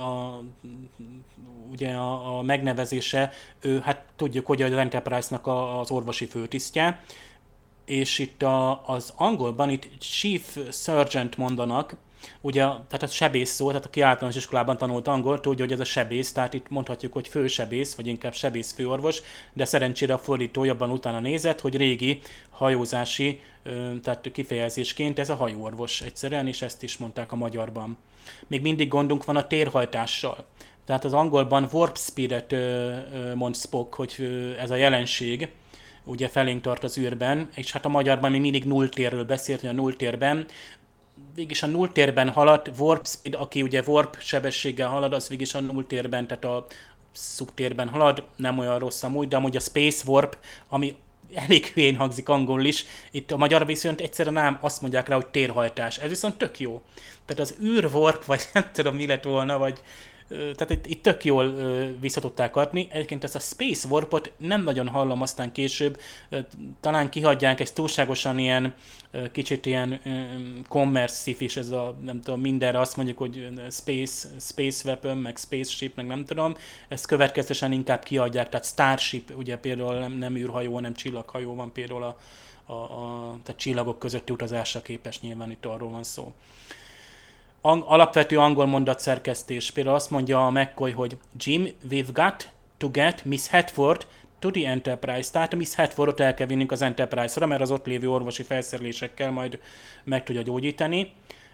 ugye a megnevezése. Ő, hát tudjuk, hogy az Enterprise-nak az orvosi főtisztje. És itt az angolban itt Chief Sergeant mondanak, ugye, tehát a sebész szó, tehát aki általános iskolában tanult angol, tudja, hogy ez a sebész, tehát itt mondhatjuk, hogy fősebész, vagy inkább sebész főorvos, de szerencsére a fordító jobban utána nézett, hogy régi hajózási, tehát kifejezésként ez a hajóorvos egyszerűen, és ezt is mondták a magyarban. Még mindig gondunk van a térhajtással. Tehát az angolban warp speed-et mond Spock, hogy ez a jelenség, ugye felénk tart az űrben, és hát a magyarban még mindig nulltérről beszélt, hogy a nulltérben, végig a nulltérben halad, warp speed, aki ugye warp sebességgel halad, az végig a nulltérben, tehát a szubtérben halad, nem olyan rossz amúgy, de amúgy a space warp, ami elég hülyén hangzik angol is, itt a magyar viszont egyszerűen nem azt mondják rá, hogy térhajtás, ez viszont tök jó. Tehát az űrwarp, vagy nem tudom mi lett volna, vagy tehát itt tök jól vissza tudták adni. Egyébként ezt a Space Warpot nem nagyon hallom, aztán később talán kihagyják, ez túlságosan ilyen kicsit ilyen commerce is, ez a nem tudom, mindenre azt mondjuk, hogy space Weapon, meg Spaceship, meg nem tudom, ezt következtesen inkább kihagyják, tehát Starship, ugye például nem űrhajó, hanem csillaghajó van például tehát csillagok közötti utazásra képes, nyilván itt arról van szó. Alapvető angol mondatszerkesztés. Például azt mondja a McCoy, hogy Jim, we've got to get Miss Hatford to the Enterprise. Tehát a Miss Hatfordot el kell vinnünk az Enterprise-ra, mert az ott lévő orvosi felszerelésekkel majd meg tudja gyógyítani.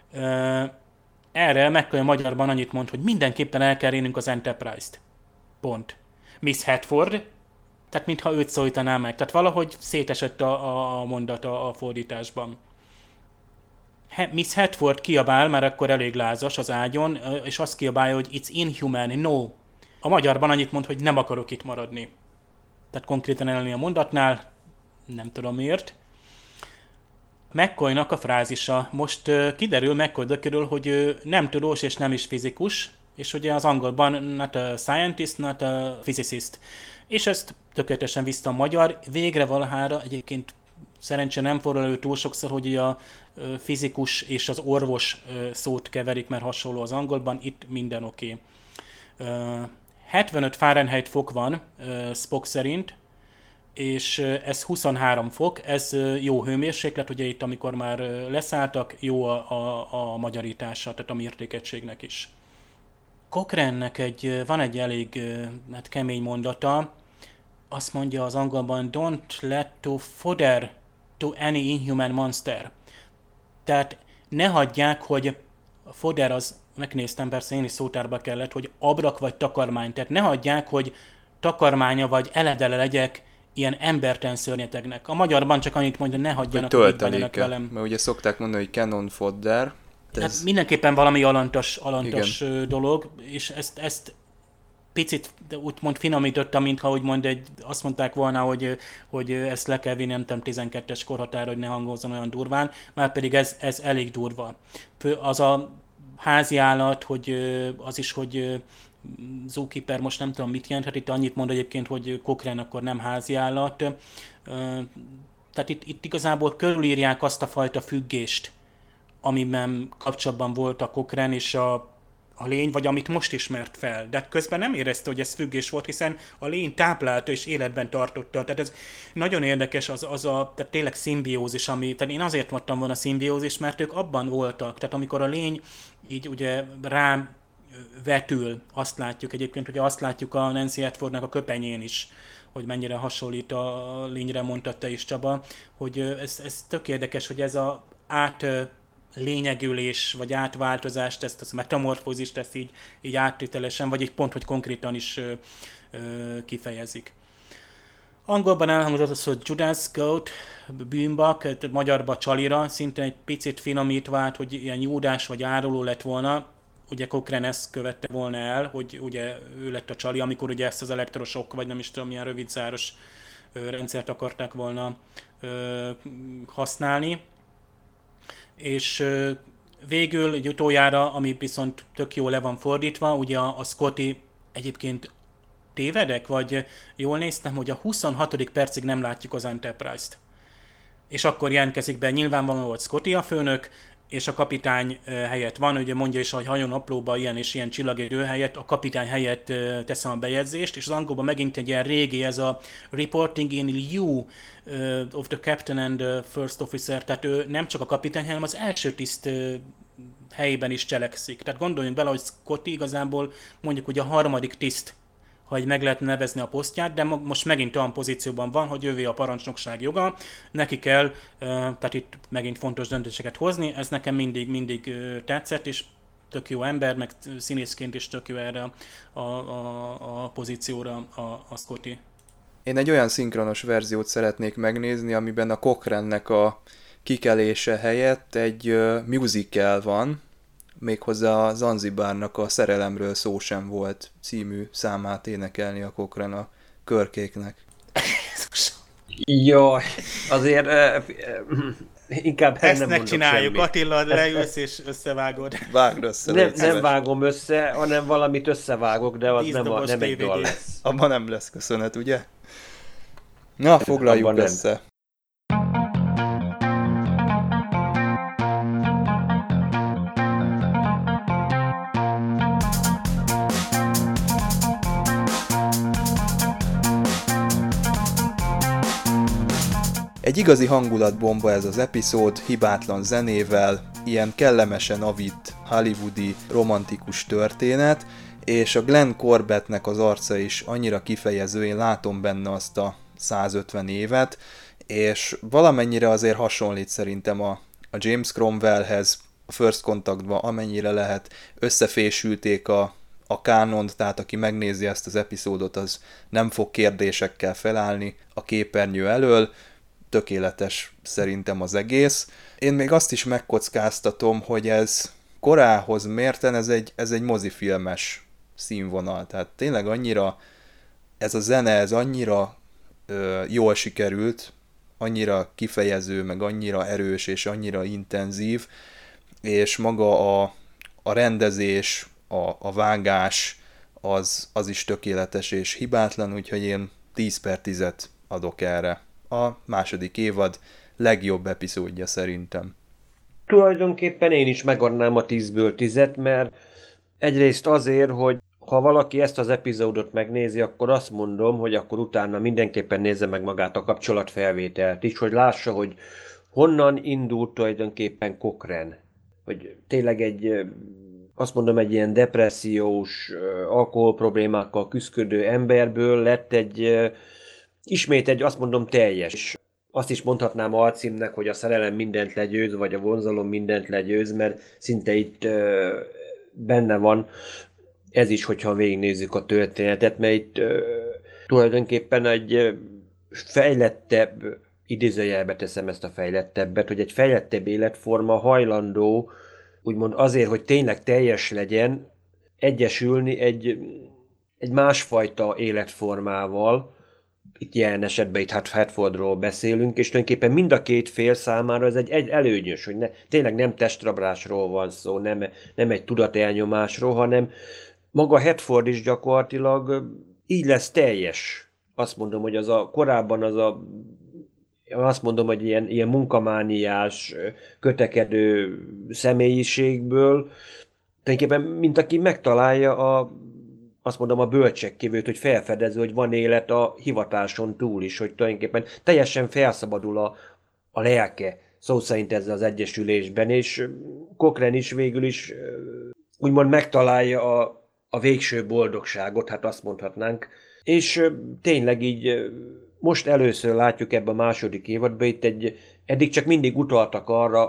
Erre McCoy a magyarban annyit mond, hogy mindenképpen el kell vinnünk az Enterprise-t. Pont. Miss Hatford, tehát mintha őt szólítaná meg. Tehát valahogy szétesett a mondat a fordításban. Miss Hatford kiabál, mert akkor elég lázas az ágyon, és azt kiabálja, hogy it's inhuman, no. A magyarban annyit mond, hogy nem akarok itt maradni. Tehát konkrétan ellenni a mondatnál, nem tudom miért. McCoy-nak a frázisa. Most kiderül McCoy-dökörül, hogy ő nem tudós és nem is fizikus, és ugye az angolban not a scientist, not a physicist. És ezt tökéletesen vissza a magyar. Végre valahára egyébként szerencsére nem fordul elő túl sokszor, hogy a fizikus és az orvos szót keverik, mert hasonló az angolban, itt minden oké. 75 Fahrenheit fok van Spock szerint, és ez 23 fok, ez jó hőmérséklet, ugye itt amikor már leszálltak, jó a magyarítása, tehát a mértékegységnek is. Cochrane-nek van egy elég kemény mondata, azt mondja az angolban, don't let to fodder to any inhuman monster. Tehát ne hagyják, hogy a fodder az, megnéztem, persze én is szótárba kellett, hogy abrak vagy takarmány. Tehát ne hagyják, hogy takarmánya vagy eledele legyek ilyen embertelen szörnyetegnek. A magyarban csak annyit mondja, ne hagyjanak, hogy itt legyenek velem. Mert ugye szokták mondani, hogy cannon fodder. Tehát mindenképpen valami alantas dolog, és ezt picit úgymond finomítottam, mintha úgymond azt mondták volna, hogy ezt le kell vinni, nem tudom, 12-es korhatára, hogy ne hangozzon olyan durván, már pedig ez elég durva. Az a házi állat, hogy az is, hogy zookeeper, most nem tudom mit jelent, hát itt annyit mond egyébként, hogy Cochrane akkor nem házi állat. Tehát itt igazából körülírják azt a fajta függést, amiben kapcsolatban volt a Cochrane és a lény, vagy amit most ismert fel. De közben nem érezte, hogy ez függés volt, hiszen a lény táplálta és életben tartotta. Tehát ez nagyon érdekes, tehát tényleg szimbiózis, tehát én azért mondtam volna szimbiózis, mert ők abban voltak. Tehát amikor a lény így ugye rám vetül, azt látjuk egyébként, ugye azt látjuk a Nancy Hatfordnak a köpenyén is, hogy mennyire hasonlít a lényre, mondtad te is, Csaba, hogy ez tök érdekes, hogy ez a lényegülés, vagy átváltozást, ezt a metamorfózist, ezt így áttételesen, vagy így pont, hogy konkrétan is kifejezik. Angolban elhangzott az, hogy Judas Goat, bűnbak, magyarba csalira, szintén egy picit finomítva, hogy ilyen Júdás vagy áruló lett volna. ugye Cochrane ezt követte volna el, hogy ugye ő lett a csali, amikor ugye ezt az elektrosokk, vagy nem is tudom, milyen rövidzáros rendszert akarták volna használni. És végül egy utoljára, ami viszont tök jól le van fordítva, ugye a Scotty egyébként tévedek, vagy jól néztem, hogy a 26. percig nem látjuk az Enterprise-t. És akkor jelentkezik be, nyilvánvalóan volt Scotty a főnök, és a kapitány helyett van, ugye mondja is, hogy hajónaplóban ilyen és ilyen csillagérő helyett, a kapitány helyett teszem a bejegyzést, és az angolban megint egy ilyen régi, ez a reporting in lieu of the captain and the first officer, tehát ő nem csak a kapitány, hanem az első tiszt helyében is cselekszik. Tehát gondoljunk bele, hogy Scotty igazából mondjuk ugye a harmadik tiszt, ha így meg lehetne nevezni a posztját, de most megint olyan pozícióban van, hogy ővé a parancsnokság joga, neki kell, tehát itt megint fontos döntéseket hozni, ez nekem mindig tetszett, és tök jó ember, meg színészként is tök jó erre a pozícióra a Scotty. Én egy olyan szinkronos verziót szeretnék megnézni, amiben a Cochrane-nek a kikelése helyett egy musical van, méghozzá a Zanzibárnak a Szerelemről szó sem volt című számát énekelni a Cochrane a Körkéknek. Jaj, azért inkább ezt nem ne csináljuk, Attila, leülsz és összevágod. Vágd össze. Nem vágom össze, hanem valamit összevágok, de az nem egy dal lesz. Abban nem lesz köszönet, ugye? Na, foglaljuk össze. Egy igazi hangulatbomba ez az epizód, hibátlan zenével, ilyen kellemesen avitt, hollywoodi, romantikus történet, és a Glenn Corbettnek az arca is annyira kifejező, én látom benne azt a 150 évet, és valamennyire azért hasonlít szerintem a James Cromwellhez, a First Contactban, amennyire lehet, összefésülték a kánont, tehát aki megnézi ezt az epizódot, az nem fog kérdésekkel felállni a képernyő elől, tökéletes szerintem az egész. Én még azt is megkockáztatom, hogy ez korához mérten ez egy mozifilmes színvonal. Tehát tényleg annyira, ez a zene, ez annyira jól sikerült, annyira kifejező, meg annyira erős és annyira intenzív, és maga a rendezés, a vágás, az is tökéletes és hibátlan, úgyhogy én 10/10 adok erre. A második évad legjobb epizódja szerintem. Tulajdonképpen én is megadnám a 10-ből 10-et, mert egyrészt azért, hogy ha valaki ezt az epizódot megnézi, akkor azt mondom, hogy akkor utána mindenképpen nézze meg magát a kapcsolatfelvételt is, hogy lássa, hogy honnan indult tulajdonképpen Cochrane. Hogy tényleg azt mondom, egy ilyen depressziós, alkoholproblémákkal küszködő emberből lett ismét egy, azt mondom, teljes. Azt is mondhatnám alcímnek, hogy a szerelem mindent legyőz, vagy a vonzalom mindent legyőz, mert szinte itt benne van ez is, hogyha végignézzük a történetet, mert itt tulajdonképpen egy fejlettebb, idézőjelbe teszem ezt a fejlettebbet, hogy egy fejlettebb életforma hajlandó, úgymond azért, hogy tényleg teljes legyen, egyesülni egy másfajta életformával. Itt jelen esetben itt Hatfordról beszélünk, és tulajdonképpen mind a két fél számára ez egy előnyös, hogy tényleg nem testrablásról van szó, nem egy tudatelnyomásról, hanem maga Hatford is gyakorlatilag így lesz teljes. Azt mondom, hogy korábban azt mondom, hogy ilyen munkamániás, kötekedő személyiségből, tulajdonképpen mint aki megtalálja azt mondom, a bölcsekkivőt, hogy felfedező, hogy van élet a hivatáson túl is, hogy tulajdonképpen teljesen felszabadul a lelke, szó szerint ezzel az egyesülésben, és Cochrane is végül is úgymond megtalálja a végső boldogságot, hát azt mondhatnánk. És tényleg így most először látjuk ebben a második évadban, itt eddig csak mindig utaltak arra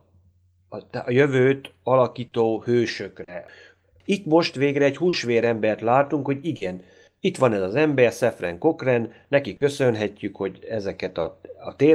a jövőt alakító hősökre. Itt most végre egy húsvér embert látunk, hogy igen, itt van ez az ember, Zefram Cochrane, neki köszönhetjük, hogy ezeket a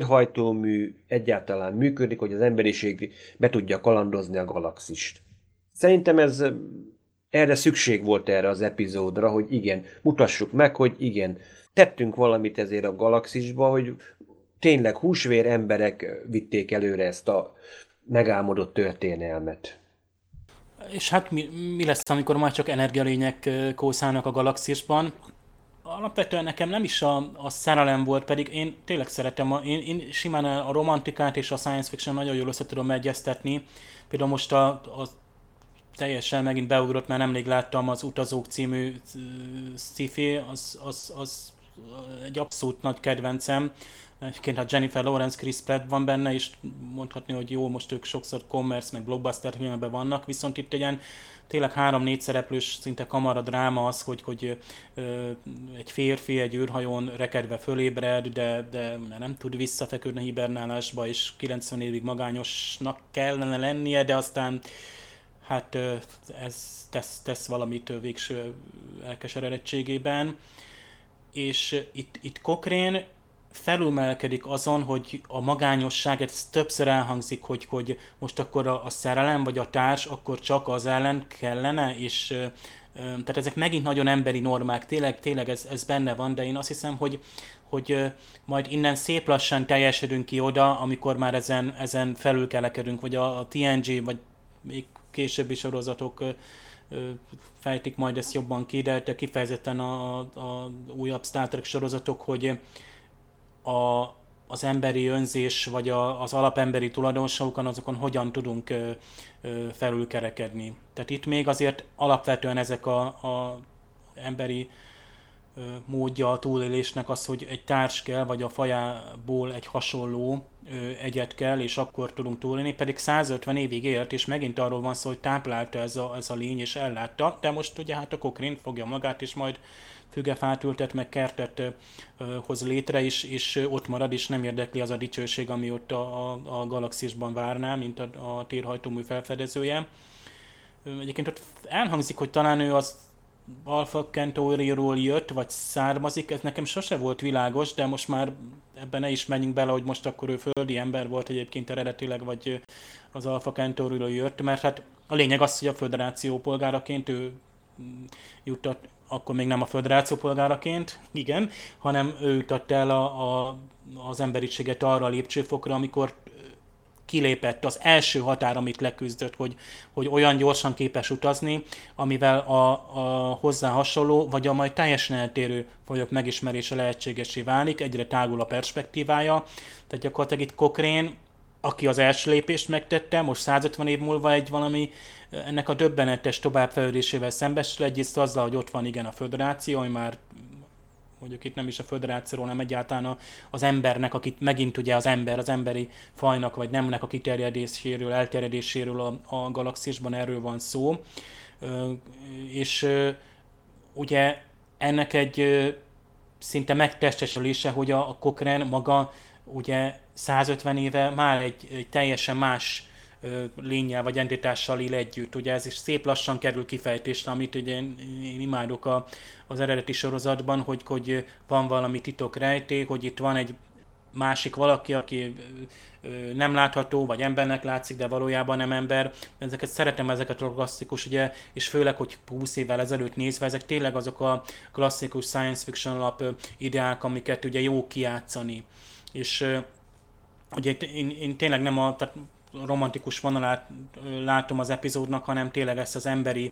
térhajtómű egyáltalán működik, hogy az emberiség be tudja kalandozni a galaxist. Szerintem erre szükség volt erre az epizódra, hogy igen, mutassuk meg, hogy igen, tettünk valamit ezért a galaxisba, hogy tényleg húsvér emberek vitték előre ezt a megálmodott történelmet. És hát mi lesz, amikor már csak energialények kószálnak a galaxisban? Alapvetően nekem nem is a szerelem volt, pedig én tényleg szeretem, én simán a romantikát és a science fiction nagyon jól össze tudom egyeztetni. Például most a teljesen megint beugrott, mert nemrég láttam az Utazók című sci-fi, az egy abszolút nagy kedvencem. Egyébként a Jennifer Lawrence, Chris Pratt van benne, és mondhatni, hogy jó, most ők sokszor commerce, meg blockbuster filmekben vannak, viszont itt egy ilyen tényleg 3-4 szereplős, szinte kamara dráma az, hogy egy férfi egy űrhajón rekedve fölébred, de nem tud visszafeküdni hibernálásba, és 90 évig magányosnak kellene lennie, de aztán hát ez tesz valamit végső elkeseredettségében. És itt Cochrane felülmelkedik azon, hogy a magányosság, ez többször elhangzik, hogy most akkor a szerelem vagy a társ, akkor csak az ellen kellene, és tehát ezek megint nagyon emberi normák, tényleg ez benne van, de én azt hiszem, hogy majd innen szép lassan teljesedünk ki oda, amikor már ezen felülkelekedünk, vagy a TNG, vagy még későbbi sorozatok fejtik majd ezt jobban ki, de kifejezetten a újabb Star Trek sorozatok, hogy az emberi önzés, vagy az alapemberi tulajdonságokon, azokon hogyan tudunk felülkerekedni. Tehát itt még azért alapvetően ezek a emberi módja a túlélésnek az, hogy egy társ kell, vagy a fajából egy hasonló egyet kell, és akkor tudunk túlélni, pedig 150 évig élt, és megint arról van szó, hogy táplálta ez a lény, és ellátta, de most ugye hát a Cochrane fogja magát, és majd fügefát ültet, meg kertet hoz létre, és ott marad, és nem érdekli az a dicsőség, ami ott a galaxisban várná, mint a térhajtómű felfedezője. Egyébként ott elhangzik, hogy talán ő az Alpha Centauriról jött, vagy származik, ez nekem sose volt világos, de most már ebben ne is menjünk bele, hogy most akkor ő földi ember volt egyébként eredetileg, vagy az Alpha Centauriról jött, mert hát a lényeg az, hogy a föderáció polgáraként ő jutott, akkor még nem a föderáció polgáraként, igen, hanem ő jutott el az emberiséget arra a lépcsőfokra, amikor kilépett az első határ, amit leküzdött, hogy olyan gyorsan képes utazni, amivel a hozzá hasonló, vagy a majd teljesen eltérő fajok megismerése lehetségesé válik, egyre tágul a perspektívája. Tehát gyakorlatilag itt Cochrane, aki az első lépést megtette, most 150 év múlva egy valami ennek a döbbenetes továbbfejlődésével szembesül, egyrészt azzal, hogy ott van igen a föderáció, ami már mondjuk itt nem is a föderációról, hanem egyáltalán az embernek, akit megint ugye az emberi fajnak vagy nemnek a kiterjedéséről, elterjedéséről a galaxisban erről van szó. És ugye ennek egy szinte megtestesülése, hogy a Cochrane maga ugye 150 éve már egy teljesen más lénnyel vagy entitással él együtt. Ugye ez is szép lassan kerül kifejtésre, amit ugye én imádok az eredeti sorozatban, hogy van valami titok rejtély, hogy itt van egy másik valaki, aki nem látható, vagy embernek látszik, de valójában nem ember. Szeretem ezeket a klasszikus, ugye, és főleg, hogy 20 évvel ezelőtt nézve, ezek tényleg azok a klasszikus science fiction alap ideák, amiket ugye jó kijátszani. És ugye én tényleg nem a romantikus vonalát látom az epizódnak, hanem tényleg ezt az emberi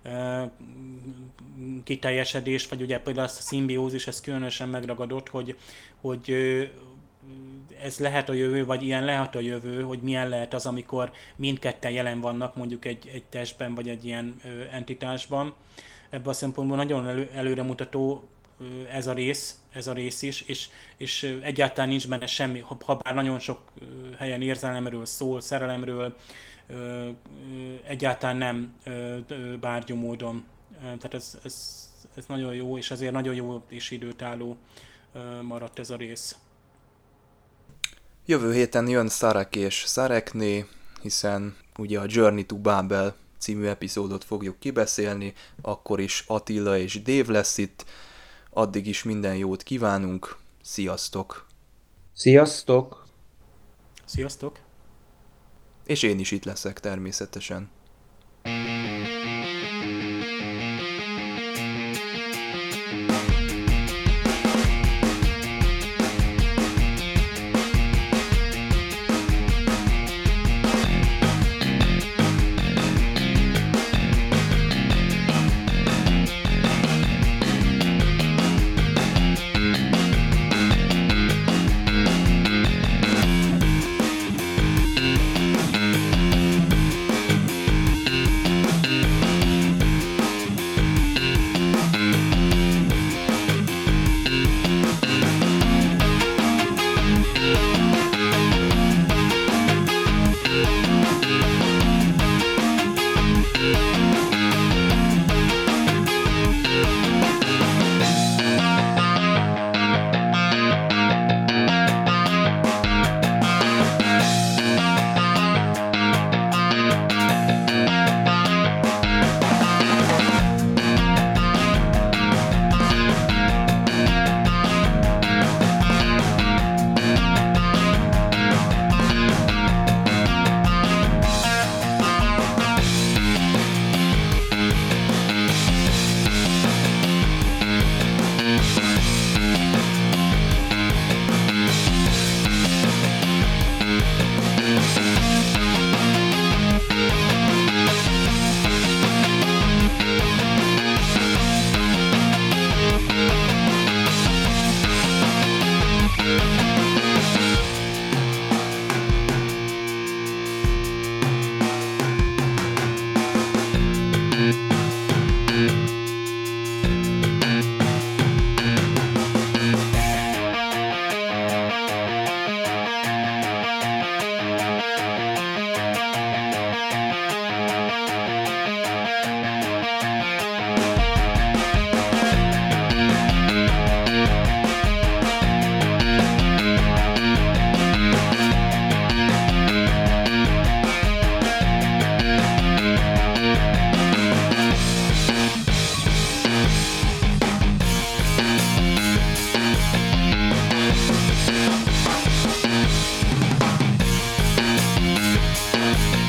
kiteljesedést, vagy ugye például azt a szimbiózis, ez különösen megragadott, hogy ez lehet a jövő, vagy ilyen lehet a jövő, hogy milyen lehet az, amikor mindketten jelen vannak mondjuk egy testben, vagy egy ilyen entitásban. Ebben a szempontból nagyon előremutató ez a rész is, és egyáltalán nincs benne semmi, ha bár nagyon sok helyen érzelemről szól, szerelemről, egyáltalán nem bárgyú módon. Tehát ez nagyon jó, és azért nagyon jó és időtálló maradt ez a rész. Jövő héten jön Sarek és Sarekné, hiszen ugye a Journey to Babel című epizódot fogjuk kibeszélni, akkor is Attila és Dave lesz itt. Addig is minden jót kívánunk, sziasztok! Sziasztok! Sziasztok! És én is itt leszek természetesen. Thank you.